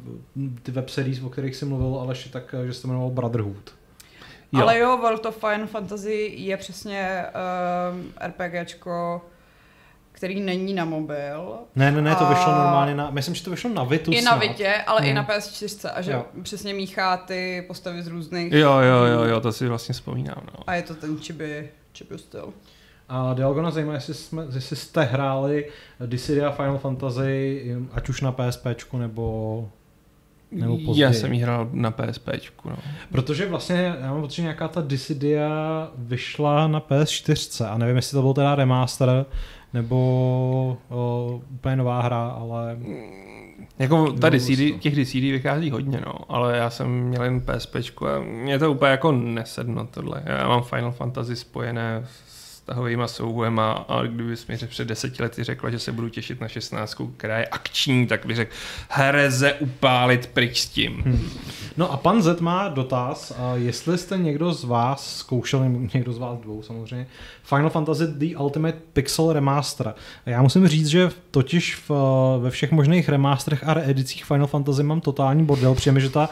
Speaker 1: ty web series, o kterých jsi mluvil, Aleši, tak že se to jmenoval Brotherhood.
Speaker 3: Jo.
Speaker 2: Ale jo, World of Final Fantasy je přesně RPGčko, který není na mobil.
Speaker 1: Ne, to
Speaker 2: A-
Speaker 1: vyšlo normálně na... Myslím, že to vyšlo na Vitu
Speaker 2: I
Speaker 1: snad.
Speaker 2: na Vitě, ale i na PS4 a že
Speaker 1: Jo.
Speaker 2: přesně míchá ty postavy z různých...
Speaker 3: Jo, to si vlastně vzpomínám, no.
Speaker 2: A je to ten chibi styl.
Speaker 1: A Dialgona zajímá, jestli jste hráli Dissidia Final Fantasy, ať už na PSPčku nebo později.
Speaker 3: Já jsem jí hrál na PSPčku, no.
Speaker 1: Protože vlastně, já mám pocit, že nějaká ta Dissidia vyšla na PS4 a nevím, jestli to byl teda remaster nebo úplně nová hra, ale...
Speaker 3: Jako ta
Speaker 1: Nebylo
Speaker 3: DCD,
Speaker 1: to.
Speaker 3: těch DCD vychází hodně, no, ale já jsem měl jen PSPčku a mě to úplně jako nesedno tohle. Já mám Final Fantasy spojené s tahovýma soubojema a kdybys mi před 10 lety řekla, že se budu těšit na 16, která je akční, tak bych řekl, hereze upálit pryč s tím.
Speaker 1: No a pan Z má dotaz, jestli jste někdo z vás zkoušel, nebo někdo z vás dvou samozřejmě, Final Fantasy The Ultimate Pixel Remaster. Já musím říct, že totiž ve všech možných remasterech a reedicích Final Fantasy mám totální bordel, přijeme, že ta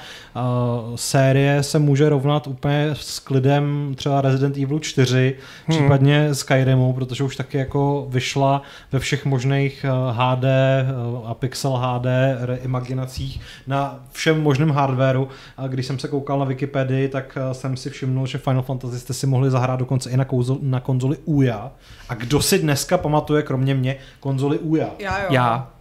Speaker 1: série se může rovnat úplně s klidem třeba Resident Evil 4, případně Skyrimu, protože už taky jako vyšla ve všech možných HD a Pixel HD reimaginacích na všem možném hardwareu. A když jsem se koukal na Wikipedii, tak jsem si všimnul, že Final Fantasy jste si mohli zahrát dokonce i na konzoli Ouya. A kdo si dneska pamatuje, kromě mě, konzoli Ouya?
Speaker 2: Já.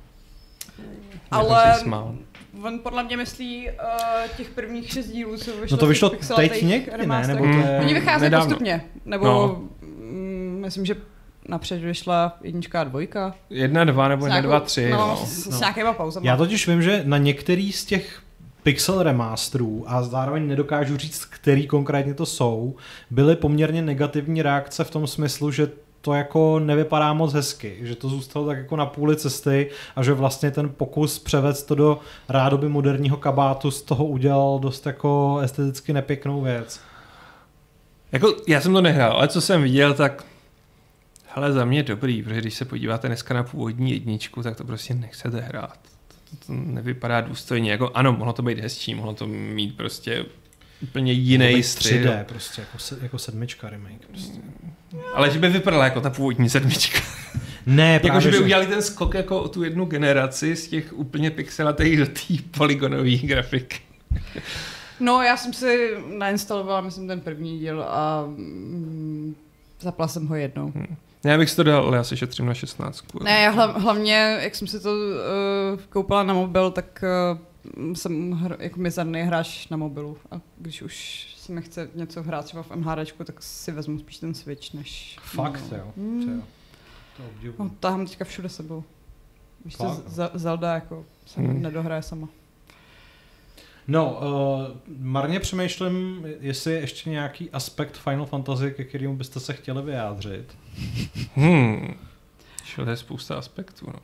Speaker 2: Ale
Speaker 3: Jako si smál.
Speaker 2: on podle mě myslí těch prvních 6 dílů, co vyšlo.
Speaker 1: No to vyšlo
Speaker 2: těch pixelatých
Speaker 1: teď někdy, ne?
Speaker 2: remasterech.
Speaker 1: Nebo to je...
Speaker 2: Oni vycházejí
Speaker 3: nedávno.
Speaker 2: postupně. Nebo
Speaker 3: No.
Speaker 2: myslím, že napřed vyšla 1 a 2.
Speaker 3: 1, 2 nebo 1, 2, 3.
Speaker 2: No,
Speaker 3: No.
Speaker 2: s nějakýma pauzama.
Speaker 1: Já totiž vím, že na některý z těch Pixel remasterů, a zároveň nedokážu říct, který konkrétně to jsou, byly poměrně negativní reakce v tom smyslu, že to jako nevypadá moc hezky, že to zůstalo tak jako na půli cesty a že vlastně ten pokus převést to do rádoby moderního kabátu z toho udělal dost jako esteticky nepěknou věc.
Speaker 3: Jako, já jsem to nehrál, ale co jsem viděl, tak Hele, za mě dobrý, protože když se podíváte dneska na původní jedničku, tak to prostě nechcete hrát. To nevypadá důstojně. Jako, ano, mohlo to být hezčí, mohlo to mít prostě úplně jiný styl.
Speaker 1: 3D, prostě jako 7 remake. Prostě.
Speaker 3: Ale že by vypadala jako ta původní 7.
Speaker 1: Ne,
Speaker 3: jako, že by udělali ten skok jako o tu jednu generaci z těch úplně pixelatých do té polygonové grafiky.
Speaker 2: No, já jsem si nainstalovala, myslím, ten první díl a zapla jsem ho jednou.
Speaker 3: Já bych si to dal, ale já si šetřím na 16.
Speaker 2: Ne, já hlavně, jak jsem si to koupila na mobil, tak jsem jako mizerný hráč na mobilu. A když už se mi chce něco hrát třeba v MHDčku, tak si vezmu spíš ten Switch, než...
Speaker 1: Fakt, jo. To obdivuji.
Speaker 2: No, táhám teďka všude sebou. Víš, to Zelda jako se nedohraje sama.
Speaker 1: No, marně přemýšlím, jestli je ještě nějaký aspekt Final Fantasy, ke kterému byste se chtěli vyjádřit.
Speaker 3: To je spousta aspektů, no.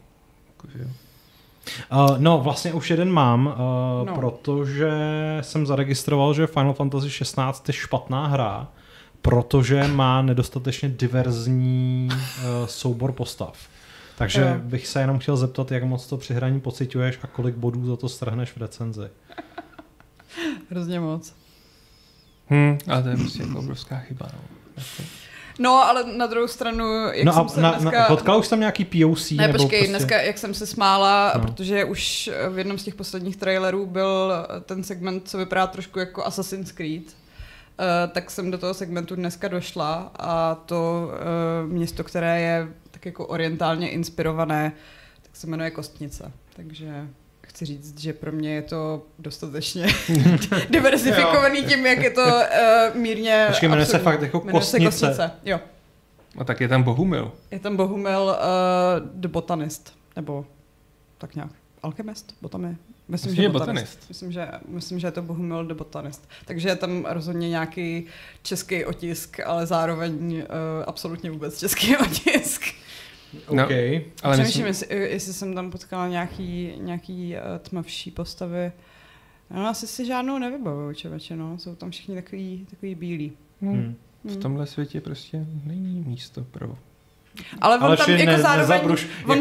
Speaker 1: No, vlastně už jeden mám, protože jsem zaregistroval, že Final Fantasy 16 je špatná hra, protože má nedostatečně diverzní soubor postav. Takže bych se jenom chtěl zeptat, jak moc to při hraní pociťuješ a kolik bodů za to strhneš v recenzi.
Speaker 2: Hrozně moc.
Speaker 3: Ale to je prostě jako obrovská chyba.
Speaker 2: No, ale na druhou stranu, jak jsem se dneska...
Speaker 1: Potkal už tam nějaký POC?
Speaker 2: Ne, počkej, prostě... dneska, jak jsem se smála, protože už v jednom z těch posledních trailerů byl ten segment, co vypadá trošku jako Assassin's Creed, tak jsem do toho segmentu dneska došla a to město, které je tak jako orientálně inspirované, tak se jmenuje Kostnice. Takže chci říct, že pro mě je to dostatečně diversifikovaný tím, jak je to mírně...
Speaker 1: Počkej, jmenuje se fakt jako Kostnice.
Speaker 2: Jo.
Speaker 3: A tak je tam Bohumil.
Speaker 2: Je tam Bohumil The Botanist, nebo tak nějak. Alchemist? Botany? Myslím, že botanist. Myslím, že je to Bohumil The Botanist. Takže je tam rozhodně nějaký český otisk, ale zároveň absolutně vůbec český otisk.
Speaker 1: Okay.
Speaker 2: No, ale přemýšlím, jestli jsem tam potkala nějaký tmavší postavy. No, asi si žádnou nevybavuju, člověče, no. Jsou tam všichni takový bílí.
Speaker 3: V tomhle světě prostě není místo pro...
Speaker 2: Ale on tam jako zároveň,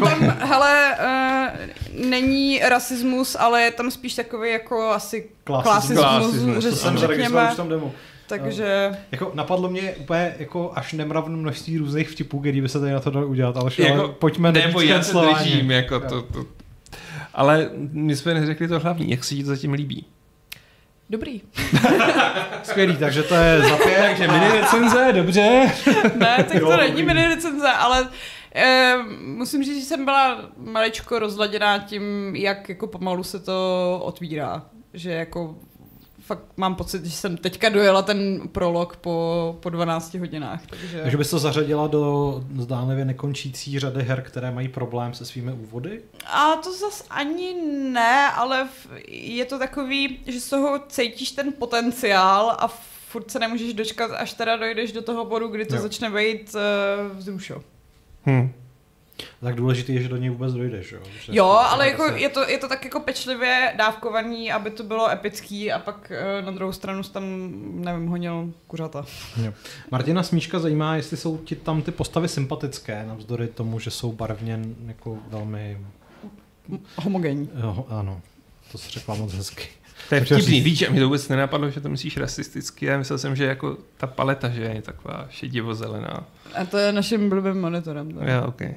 Speaker 2: není rasismus, ale je tam spíš takový jako asi klasismus, řekněme. Takže...
Speaker 1: Jako napadlo mě úplně jako až nemravné množství různých vtipů, který by se tady na to dalo udělat, ale jako, pojďme
Speaker 3: nebo já se držím, jako to. Ale my jsme neřekli to hlavní, jak se ti to zatím líbí?
Speaker 2: Dobrý.
Speaker 1: Skvělý, takže to je za 5.
Speaker 3: Takže mini recenze, dobře.
Speaker 2: Ne, tak to není mini recenze, ale musím říct, že jsem byla maličko rozladěná tím, jak jako pomalu se to otvírá. Že jako fakt mám pocit, že jsem teďka dojela ten prolog po 12 hodinách.
Speaker 1: Takže bys to zařadila do zdánlivě nekončící řady her, které mají problém se svými úvody?
Speaker 2: A to zas ani ne, ale je to takový, že z toho cítíš ten potenciál a furt se nemůžeš dočkat, až teda dojdeš do toho bodu, kdy to začne být vzrušo.
Speaker 1: Tak důležité je, že do něj vůbec dojdeš, jo?
Speaker 2: Jo, ale jako je to tak jako pečlivě dávkovaný, aby to bylo epický a pak na druhou stranu tam, nevím, honil kuřata.
Speaker 1: Jo. Martina Smíčka zajímá, jestli jsou ti tam ty postavy sympatické, navzdory tomu, že jsou barevně jako velmi...
Speaker 2: homogenní.
Speaker 1: Jo, ano, to jsi řekla moc hezky.
Speaker 3: To je vtipný, víš, a mě to vůbec nenapadlo, že to myslíš rasisticky, já myslel jsem, že jako ta paleta, že je taková šedivo-zelená. A
Speaker 2: to je naším blbým monitorem. Tak.
Speaker 3: Jo, okay.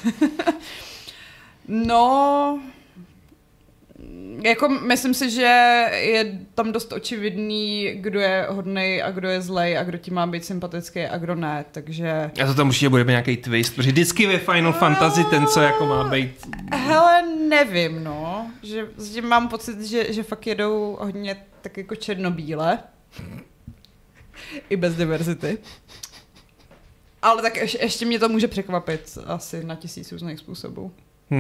Speaker 2: No, jako myslím si, že je tam dost očividný, kdo je hodnej a kdo je zlej a kdo ti má být sympatický a kdo ne, takže...
Speaker 3: A to tam určitě bude nějaký twist, protože vždycky ve Final Fantasy ten, co jako má být...
Speaker 2: Hele, nevím, no, že mám pocit, že fakt jedou hodně tak jako černobíle, i bez diverzity. Ale tak ještě mě to může překvapit asi na 1000 různých způsobů.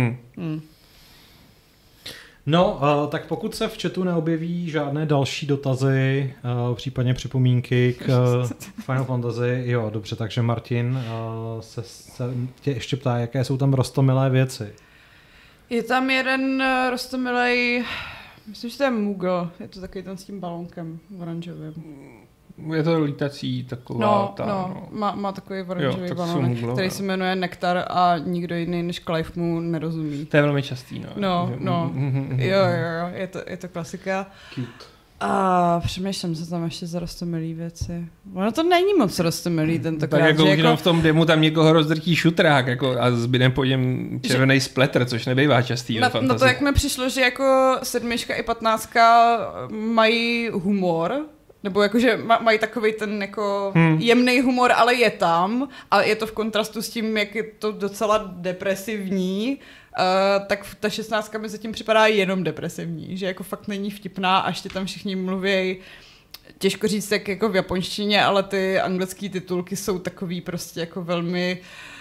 Speaker 1: No, tak pokud se v chatu neobjeví žádné další dotazy, případně připomínky k Final Fantasy, jo, dobře, takže Martin se tě ještě ptá, jaké jsou tam roztomilé věci.
Speaker 2: Je tam jeden roztomilej, myslím, že to je Moogle, je to takový ten s tím balónkem oranžovým.
Speaker 3: Je to lítací taková
Speaker 2: Má takový oranžový balónek, který
Speaker 3: muglo,
Speaker 2: se jmenuje Nektar a nikdo jiný než Clive mu nerozumí.
Speaker 3: To je velmi častý,
Speaker 2: Jo, je to klasika.
Speaker 1: Cute.
Speaker 2: A přemýšlím, co tam ještě za roztomilý věci. Ono to není moc roztomilý tentokrát.
Speaker 3: Tak jako už jenom v tom demu tam někoho rozdrtí šutrák jako, a zbyde po něm červený spletter, což nebývá častý.
Speaker 2: Na to, jak mi přišlo, že jako 7 i 15 mají humor, nebo jakože mají takovej ten jako jemný humor, ale je tam a je to v kontrastu s tím, jak je to docela depresivní, tak ta 16 mi zatím připadá jenom depresivní, že jako fakt není vtipná, až ti tam všichni mluví, těžko říct jak jako v japonštině, ale ty anglické titulky jsou takový prostě jako velmi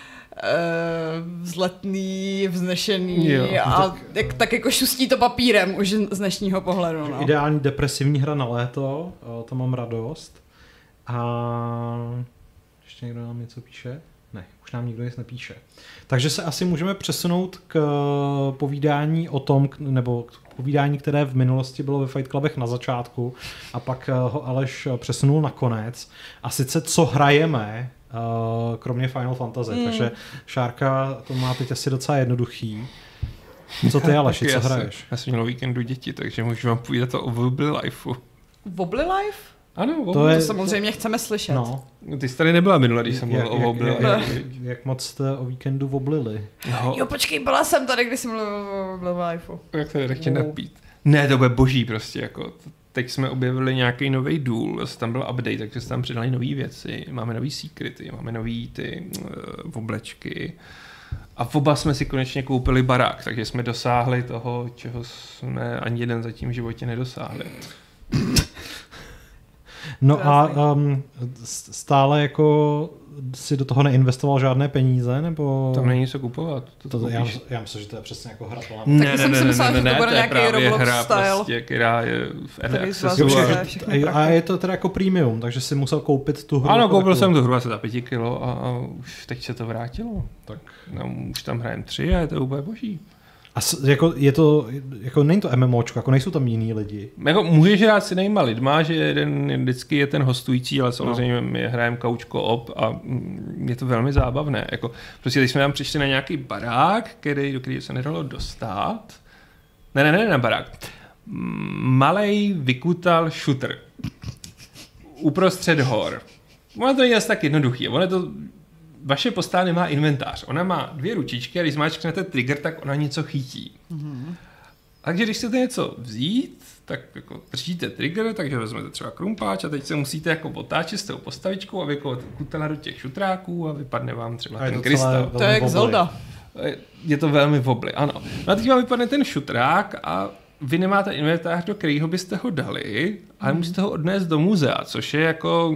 Speaker 2: vzletný, vznešený a tak jako šustí to papírem už z dnešního pohledu. No.
Speaker 1: Ideální depresivní hra na léto, to mám radost. A ještě někdo nám něco píše? Ne, už nám nikdo nic nepíše. Takže se asi můžeme přesunout k povídání o tom, nebo k povídání, které v minulosti bylo ve Fight Clubech na začátku a pak ho Aleš přesunul na konec. A sice co hrajeme, kromě Final Fantasy. Takže Šárka to má teď asi docela jednoduchý. Co ty, Aleši, co hraješ?
Speaker 3: Já jsem měl víkendu děti, takže můžu vám povídat o Wobbly Lifeu.
Speaker 2: Wobbly Life?
Speaker 3: Ano,
Speaker 2: to samozřejmě chceme slyšet.
Speaker 1: No.
Speaker 3: Ty jsi tady nebyla minule, když jsem mluvil o Wobbly Life.
Speaker 1: Jak moc jste o víkendu wobblili?
Speaker 2: Jo, počkej, byla jsem tady, když jsem mluvil o Wobbly Lifeu.
Speaker 3: Jak to nechtěl napít? Ne, to bude boží prostě, jako... Teď jsme objevili nějaký nový důl, tam byl update, takže se tam přidali nové věci, máme nový secrety, máme nový ty oblečky a v oba jsme si konečně koupili barák, takže jsme dosáhli toho, čeho jsme ani jeden zatím v životě nedosáhli.
Speaker 1: No a stále jako si do toho neinvestoval žádné peníze, nebo...
Speaker 3: Tam není co kupovat.
Speaker 1: Já myslím, že to je přesně jako hra.
Speaker 3: Ne, to je právě hra, prostě, která je v early accessu.
Speaker 1: A je to teda jako premium, takže si musel koupit tu hru.
Speaker 3: Ano, koupil jsem tu hru asi za 5 kilo a už teď se to vrátilo. Tak už tam hrajem 3 a je to úplně boží.
Speaker 1: A jako je to, jako není to MMOčko, jako nejsou tam jiní lidi.
Speaker 3: Jako můžeš hrát s jinýma lidma, že jeden vždycky je ten hostující, ale samozřejmě my hrajeme couch co-op a je to velmi zábavné. Jako, prostě teď jsme tam přišli na nějaký barák, do kterého se nedalo dostat. Ne, na barák. Malej vykutal shooter. Uprostřed hor. Ono to není asi tak jednoduchý. Vaše postava nemá inventář. Ona má 2 ručičky a když zmáčknete trigger, tak ona něco chytí. Mm-hmm. Takže když chcete něco vzít, tak jako držíte trigger, takže vezmete třeba krumpáč a teď se musíte jako otáčet s tou postavičkou, aby jako kutala do těch šutráků a vypadne vám třeba ten krystal.
Speaker 2: To je jak Zelda.
Speaker 3: Je to velmi wobbly, ano. No a teď vám vypadne ten šutrák a vy nemáte inventář, do kterého byste ho dali, ale musíte ho odnést do muzea, což je jako...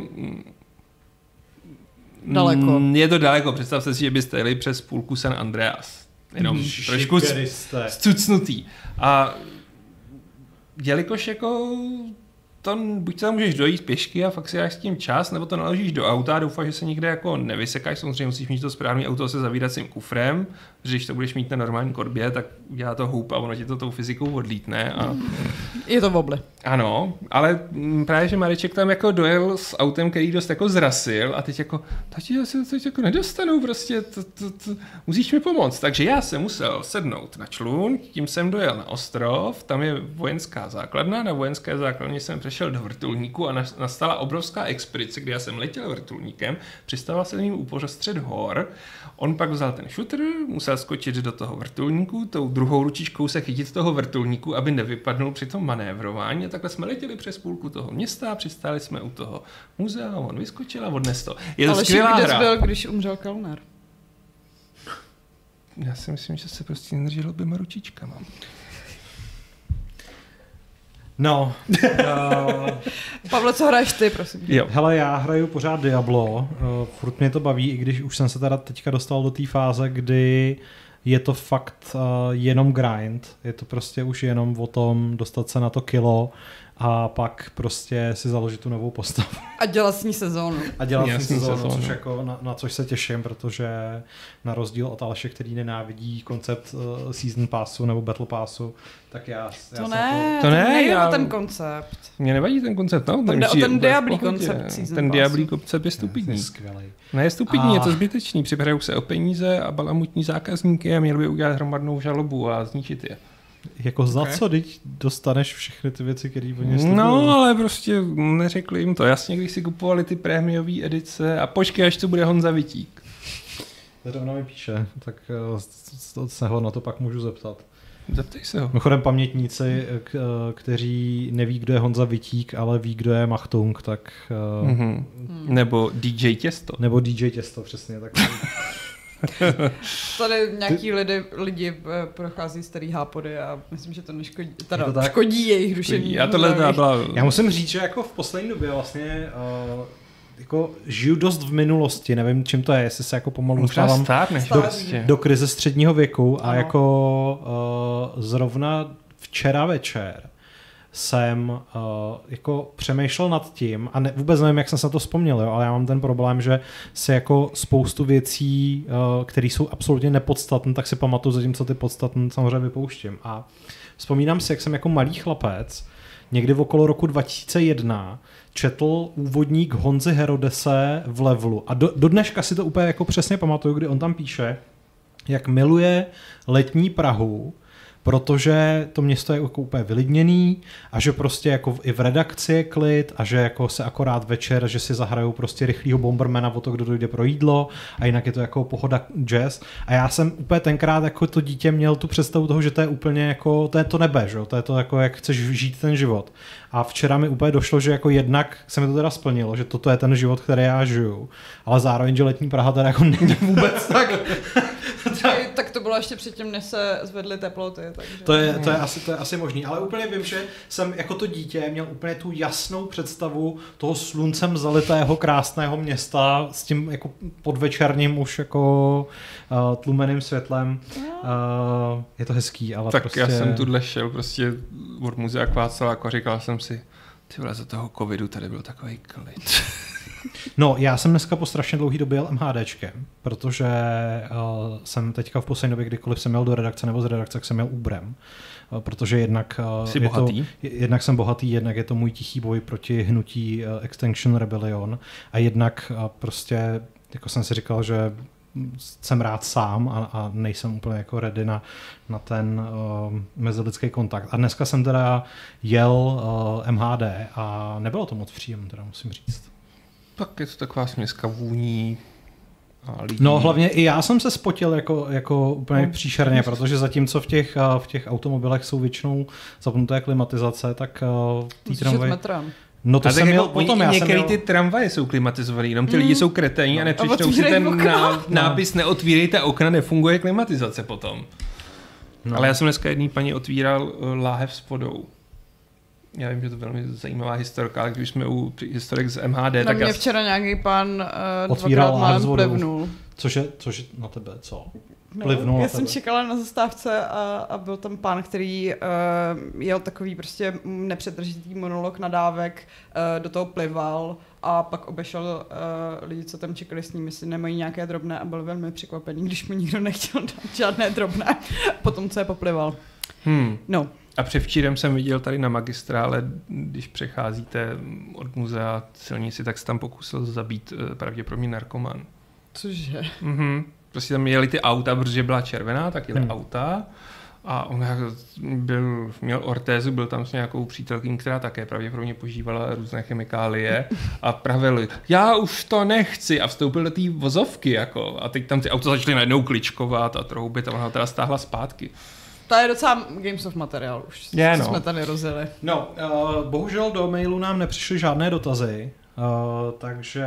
Speaker 2: Daleko.
Speaker 3: Je to daleko, představte si, že byste jeli přes půlku San Andreas. Jenom trošku zcucnutý. A jelikož jako to buď tam můžeš dojít pěšky a fakt si dáš s tím čas, nebo to naložíš do auta a doufáš, že se nikde jako nevysekáš, samozřejmě musíš mít to správný auto se zavíracím kufrem, že když to budeš mít na normální korbě, tak dělá to houp a ono ti to tou fyzikou odlítne. A...
Speaker 2: Je to wobbly.
Speaker 3: Ano, ale právě, že Mareček tam jako dojel s autem, který dost jako zrasil a teď jako, tati, já se teď jako nedostanu, prostě, musíš mi pomoct. Takže já jsem musel sednout na člun, tím jsem dojel na ostrov, tam je vojenská základna, na vojenské základně jsem přešel do vrtulníku a nastala obrovská expedice, kdy já jsem letěl vrtulníkem, přistával jsem jim uprostřed hor, on pak vzal ten šutr, musel skočit do toho vrtulníku, tou druhou ručičkou se chytit toho vrtulníku, aby nevypadnul při tom manévrování. A takhle jsme letěli přes půlku toho města a přistáli jsme u toho muzea, on vyskočil a odnes to. Je to skvělá hra.
Speaker 2: Ale byl, když umřel Kellner?
Speaker 3: Já si myslím, že se prostě nedržel oběma ručičkama.
Speaker 1: No.
Speaker 2: Pavle, co hraješ ty, prosím?
Speaker 3: Jo.
Speaker 1: Hele, já hraju pořád Diablo, furt mě to baví, i když už jsem se teda teďka dostal do té fáze, kdy je to fakt jenom grind, je to prostě už jenom o tom dostat se na to kilo, a pak prostě si založit tu novou postavu.
Speaker 2: A dělat s ní sezónu.
Speaker 1: A dělat s ní sezónu, což jako na což se těším, protože na rozdíl od Aleše, který nenávidí koncept Season Passu nebo Battle Passu, tak já
Speaker 2: to nejde o ten koncept.
Speaker 3: Mě nevadí ten koncept, no.
Speaker 2: Tam jde o ten diablí koncept Season Passu.
Speaker 3: Ten diablí koncept je stupidní. Ne, je stupidní, je to zbytečný. Připravujou se o peníze a balamutní zákazníky a měli by udělat hromadnou žalobu a zničit je.
Speaker 1: Jako za co, teď dostaneš všechny ty věci, které oni slibují?
Speaker 3: No, ale prostě neřekli jim to. Jasně, když si kupovali ty prémiové edice a počkej, až to bude Honza Vitík.
Speaker 1: Zrovna mi píše, tak se ho na to pak můžu zeptat.
Speaker 3: Zeptej se ho.
Speaker 1: Mimochodem pamětníci, kteří neví, kdo je Honza Vitík, ale ví, kdo je Machtung, tak...
Speaker 3: Nebo DJ Těsto.
Speaker 1: Nebo DJ Těsto, přesně. Tak...
Speaker 2: Tady nějaký lidi prochází starý hápody a myslím, že to neškodí, teda škodí jejich duševní.
Speaker 1: Já musím říct, že jako v poslední době vlastně jako žiju dost v minulosti, nevím, čím to je, jestli se jako pomalu dostávám do krize středního věku a jako zrovna včera večer jsem jako přemýšlel nad tím a vůbec nevím, jak jsem se na to vzpomněl, jo, ale já mám ten problém, že se jako spoustu věcí, které jsou absolutně nepodstatné, tak si pamatuju, zatímco ty podstatné samozřejmě vypouštím. A vzpomínám si, jak jsem jako malý chlapec někdy okolo roku 2001 četl úvodník Honzy Herodese v Levelu. A do dneška si to úplně jako přesně pamatuju, kdy on tam píše, jak miluje letní Prahu, protože to město je jako úplně vylidněný a že prostě jako i v redakci je klid a že jako se akorát večer, že si zahrajou prostě rychlýho Bombermana o to, kdo dojde pro jídlo a jinak je to jako pohoda jazz. A já jsem úplně tenkrát jako to dítě měl tu představu toho, že to je úplně jako, to je to nebe, že? To je to jako, jak chceš žít ten život. A včera mi úplně došlo, že jako jednak se mi to teda splnilo, že toto je ten život, který já žiju, ale zároveň, že letní Praha teda jako není vůbec tak.
Speaker 2: Tak to bylo ještě předtím, než se zvedly teploty. Takže...
Speaker 1: To je asi možný, ale úplně vím, že jsem jako to dítě měl úplně tu jasnou představu toho sluncem zalitého krásného města s tím jako podvečerním už jako tlumeným světlem. Je to hezký, ale
Speaker 3: tak
Speaker 1: prostě...
Speaker 3: já jsem tuhle šel prostě od muzea k Václaváku a říkal jsem si, ty vole, za toho covidu tady byl takový klid.
Speaker 1: No, já jsem dneska po strašně dlouhý době jel MHDčkem, protože jsem teďka v poslední době, kdykoliv jsem měl do redakce nebo z redakce, tak jsem měl Uberem. Protože jednak, jednak jsem bohatý, jednak je to můj tichý boj proti hnutí Extinction Rebellion a jednak prostě, jako jsem si říkal, že jsem rád sám a nejsem úplně jako ready na ten mezilidský kontakt. A dneska jsem teda jel MHD a nebylo to moc příjemné, teda musím říct.
Speaker 3: Tak je to taková směska vůní a lidí.
Speaker 1: No hlavně i já jsem se spotil jako úplně příšerně, protože zatímco v těch automobilech jsou většinou zapnuté klimatizace, tak v té tramvaji... No to jsem měl potom.
Speaker 3: Některé ty tramvaje jsou klimatizované, jenom ty lidi jsou kreténi a nepřečtou si ten nápis neotvírejte okna, nefunguje klimatizace potom. No. Ale já jsem dneska jedný paní otvíral láhev s vodou. Já vím, že to je velmi zajímavá historka, ale když jsme u historek z MHD,
Speaker 2: tak mě včera nějaký pán dvakrát málem plivnul.
Speaker 1: Což je na tebe, co?
Speaker 2: No, já jsem čekala na zastávce a byl tam pán, který jel takový prostě nepřetržitý monolog nadávek, do toho plival a pak obešel lidi, co tam čekali s ním, jestli nemají nějaké drobné a byl velmi překvapený, když mu nikdo nechtěl dát žádné drobné, potom co je poplival. No.
Speaker 3: A převčírem jsem viděl tady na Magistrále, když přecházíte od muzea silnici, tak se tam pokusil zabít pravděpodobně narkoman.
Speaker 2: Cože?
Speaker 3: Prostě tam jeli ty auta, protože byla červená, tak jeli auta a on měl ortézu, byl tam s nějakou přítelkyní, která také pravděpodobně požívala různé chemikálie a pravili, já už to nechci a vstoupil do té vozovky jako a teď tam ty auta začaly najednou kličkovat a troubit a ona ho teda stáhla zpátky.
Speaker 2: To je docela Games of materiál už, co jsme tady rozjeli.
Speaker 1: No, bohužel do mailu nám nepřišly žádné dotazy, takže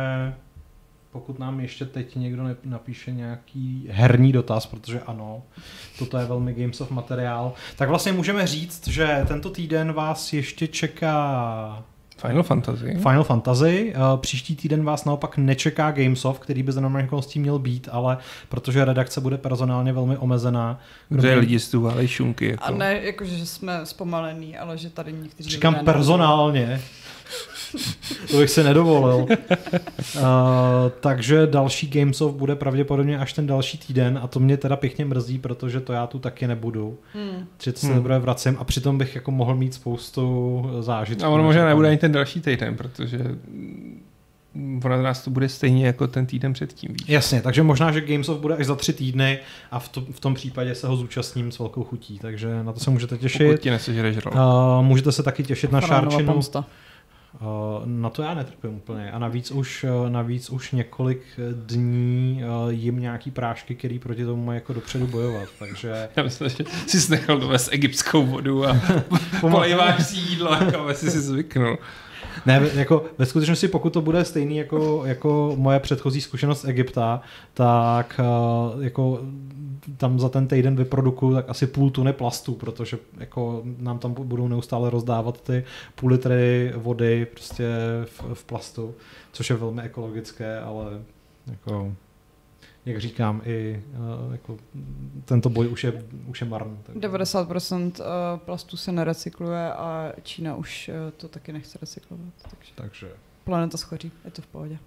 Speaker 1: pokud nám ještě teď někdo napíše nějaký herní dotaz, protože ano, toto je velmi Games of materiál, tak vlastně můžeme říct, že tento týden vás ještě čeká
Speaker 3: Final
Speaker 1: Fantasy. Příští týden vás naopak nečeká Gamesoft, který by za normálních okolností měl být, ale protože redakce bude personálně velmi omezená.
Speaker 3: Kde lidi stůválejí šunky. Jako.
Speaker 2: A ne, jakože jsme zpomalení, ale že tady někteří...
Speaker 1: Říkám personálně. To bych si nedovolil. Takže další Gamesoft bude pravděpodobně až ten další týden a to mě teda pěkně mrzí, protože to já tu taky nebudu. Že to se nebude vracím a přitom bych jako mohl mít spoustu zážitků.
Speaker 3: A ono možná nebude ani ten další týden, protože ono nás to bude stejně jako ten týden předtím. Víš?
Speaker 1: Jasně, takže možná, že Gamesoft bude až za 3 týdny a v tom případě se ho zúčastním s velkou chutí, takže na to se můžete těšit.
Speaker 3: Pokud ti nesežereš rol.
Speaker 1: Můžete se taky těšit na Šárčinu.
Speaker 2: Pomsta.
Speaker 1: Na to já netrpím úplně a navíc už několik dní jim nějaký prášky, který proti tomu mají jako dopředu bojovat, takže...
Speaker 3: Já myslím, že jsi nechal dovést egyptskou vodu a polejváš si jídlo, aby si zvyknul.
Speaker 1: Ne, jako ve skutečnosti, pokud to bude stejný jako moje předchozí zkušenost z Egypta, tak jako tam za ten týden vyprodukuju tak asi 0,5 tuny plastu, protože jako nám tam budou neustále rozdávat ty půl litry vody prostě v plastu, což je velmi ekologické, ale jako jak říkám, i jako tento boj už je marný.
Speaker 2: 90% plastu se nerecykluje a Čína už to taky nechce recyklovat. Takže planeta schoří, je to v pohodě.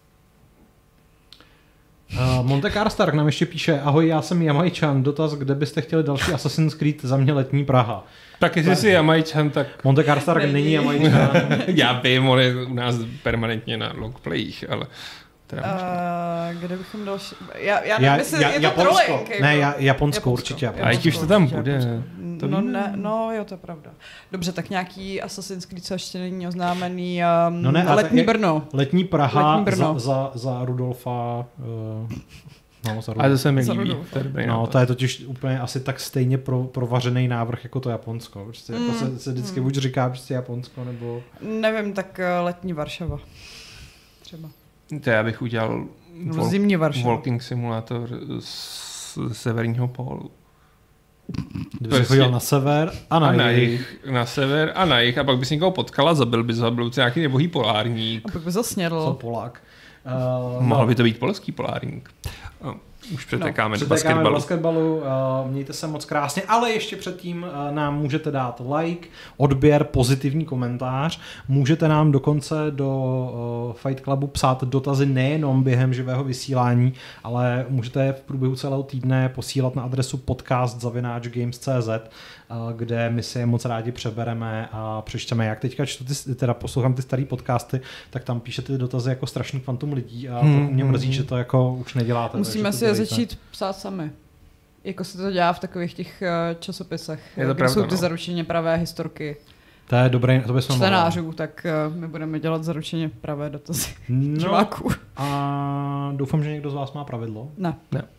Speaker 1: Monte Karstark nám ještě píše: ahoj, já jsem Jamajčan, dotaz, kde byste chtěli další Assassin's Creed, za mě letní Praha.
Speaker 3: Tak jestli jsi Jamajčan, tak...
Speaker 1: Monte Karstark není Jamajčan.
Speaker 3: Já vím, on je u nás permanentně na longplayích, ale...
Speaker 2: Kde bychom další... Já nevím, jestli je to trolling.
Speaker 1: Ne, Japonsko určitě.
Speaker 3: A ať už to tam bude.
Speaker 2: Jo, to je pravda. Dobře, tak nějaký Assassin's Creed, co ještě není oznámený.
Speaker 1: Letní
Speaker 2: Brno.
Speaker 1: Letní Praha za Rudolfa...
Speaker 3: A to se mi líbí.
Speaker 1: To je totiž úplně asi tak stejně provařený návrh jako to Japonsko. Prostě jako se vždycky buď říká prostě Japonsko, nebo...
Speaker 2: Nevím, tak letní Varšava. Třeba.
Speaker 3: To já bych udělal walking simulátor z severního pólu.
Speaker 1: Kdyby jsi chodil na sever a na jih.
Speaker 3: Na sever a na jih a pak bys někoho potkala, zabil bys ho, byl nějaký nebohý polárník.
Speaker 2: A pak bys zasnědl.
Speaker 1: Co Polák.
Speaker 3: Mohl by to být polský polárník. Už přetekáme do
Speaker 1: basketbalu. Mějte se moc krásně, ale ještě předtím nám můžete dát like, odběr, pozitivní komentář. Můžete nám dokonce do Fight Clubu psát dotazy nejenom během živého vysílání, ale můžete v průběhu celého týdne posílat na adresu podcast@games.cz, kde my si je moc rádi přebereme a přečteme. Jak teďka poslouchám ty starý podcasty, tak tam píšete ty dotazy jako strašný kvantum lidí a to mě mrzí, že to jako už neděláte.
Speaker 2: Musíme si je začít psát sami. Jako se to dělá v takových těch časopisech, kde jsou ty zaručeně pravé historky.
Speaker 1: To je dobré, to bychom
Speaker 2: čtenářů, tak my budeme dělat zaručeně pravé dotazy diváků.
Speaker 1: A doufám, že někdo z vás má pravidlo.
Speaker 2: Ne.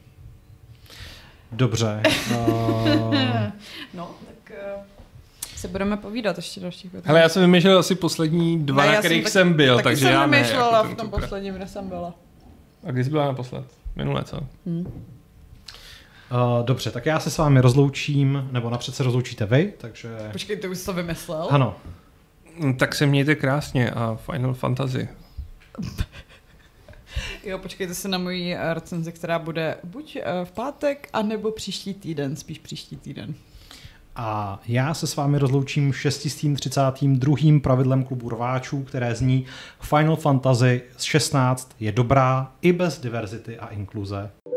Speaker 1: Dobře.
Speaker 2: No, tak se budeme povídat ještě dalších věcí.
Speaker 3: Hele, já jsem vymýšlel asi poslední 2, na kterých jsem byl, takže já ne.
Speaker 2: Taky jsem vymýšlela v tom posledním, kde jsem byla.
Speaker 3: A kdy jsi byla naposled? Minule, co?
Speaker 1: Dobře, tak já se s vámi rozloučím, nebo napřed se rozloučíte vy, takže...
Speaker 2: Počkej, ty už jsi to vymyslel?
Speaker 1: Ano.
Speaker 3: Tak se mějte krásně a Final Fantasy.
Speaker 2: Jo, počkejte se na moji recenzi, která bude buď v pátek, anebo příští týden, spíš příští týden.
Speaker 1: A já se s vámi rozloučím 632. pravidlem klubu rváčů, které zní: Final Fantasy 16 je dobrá i bez diverzity a inkluze.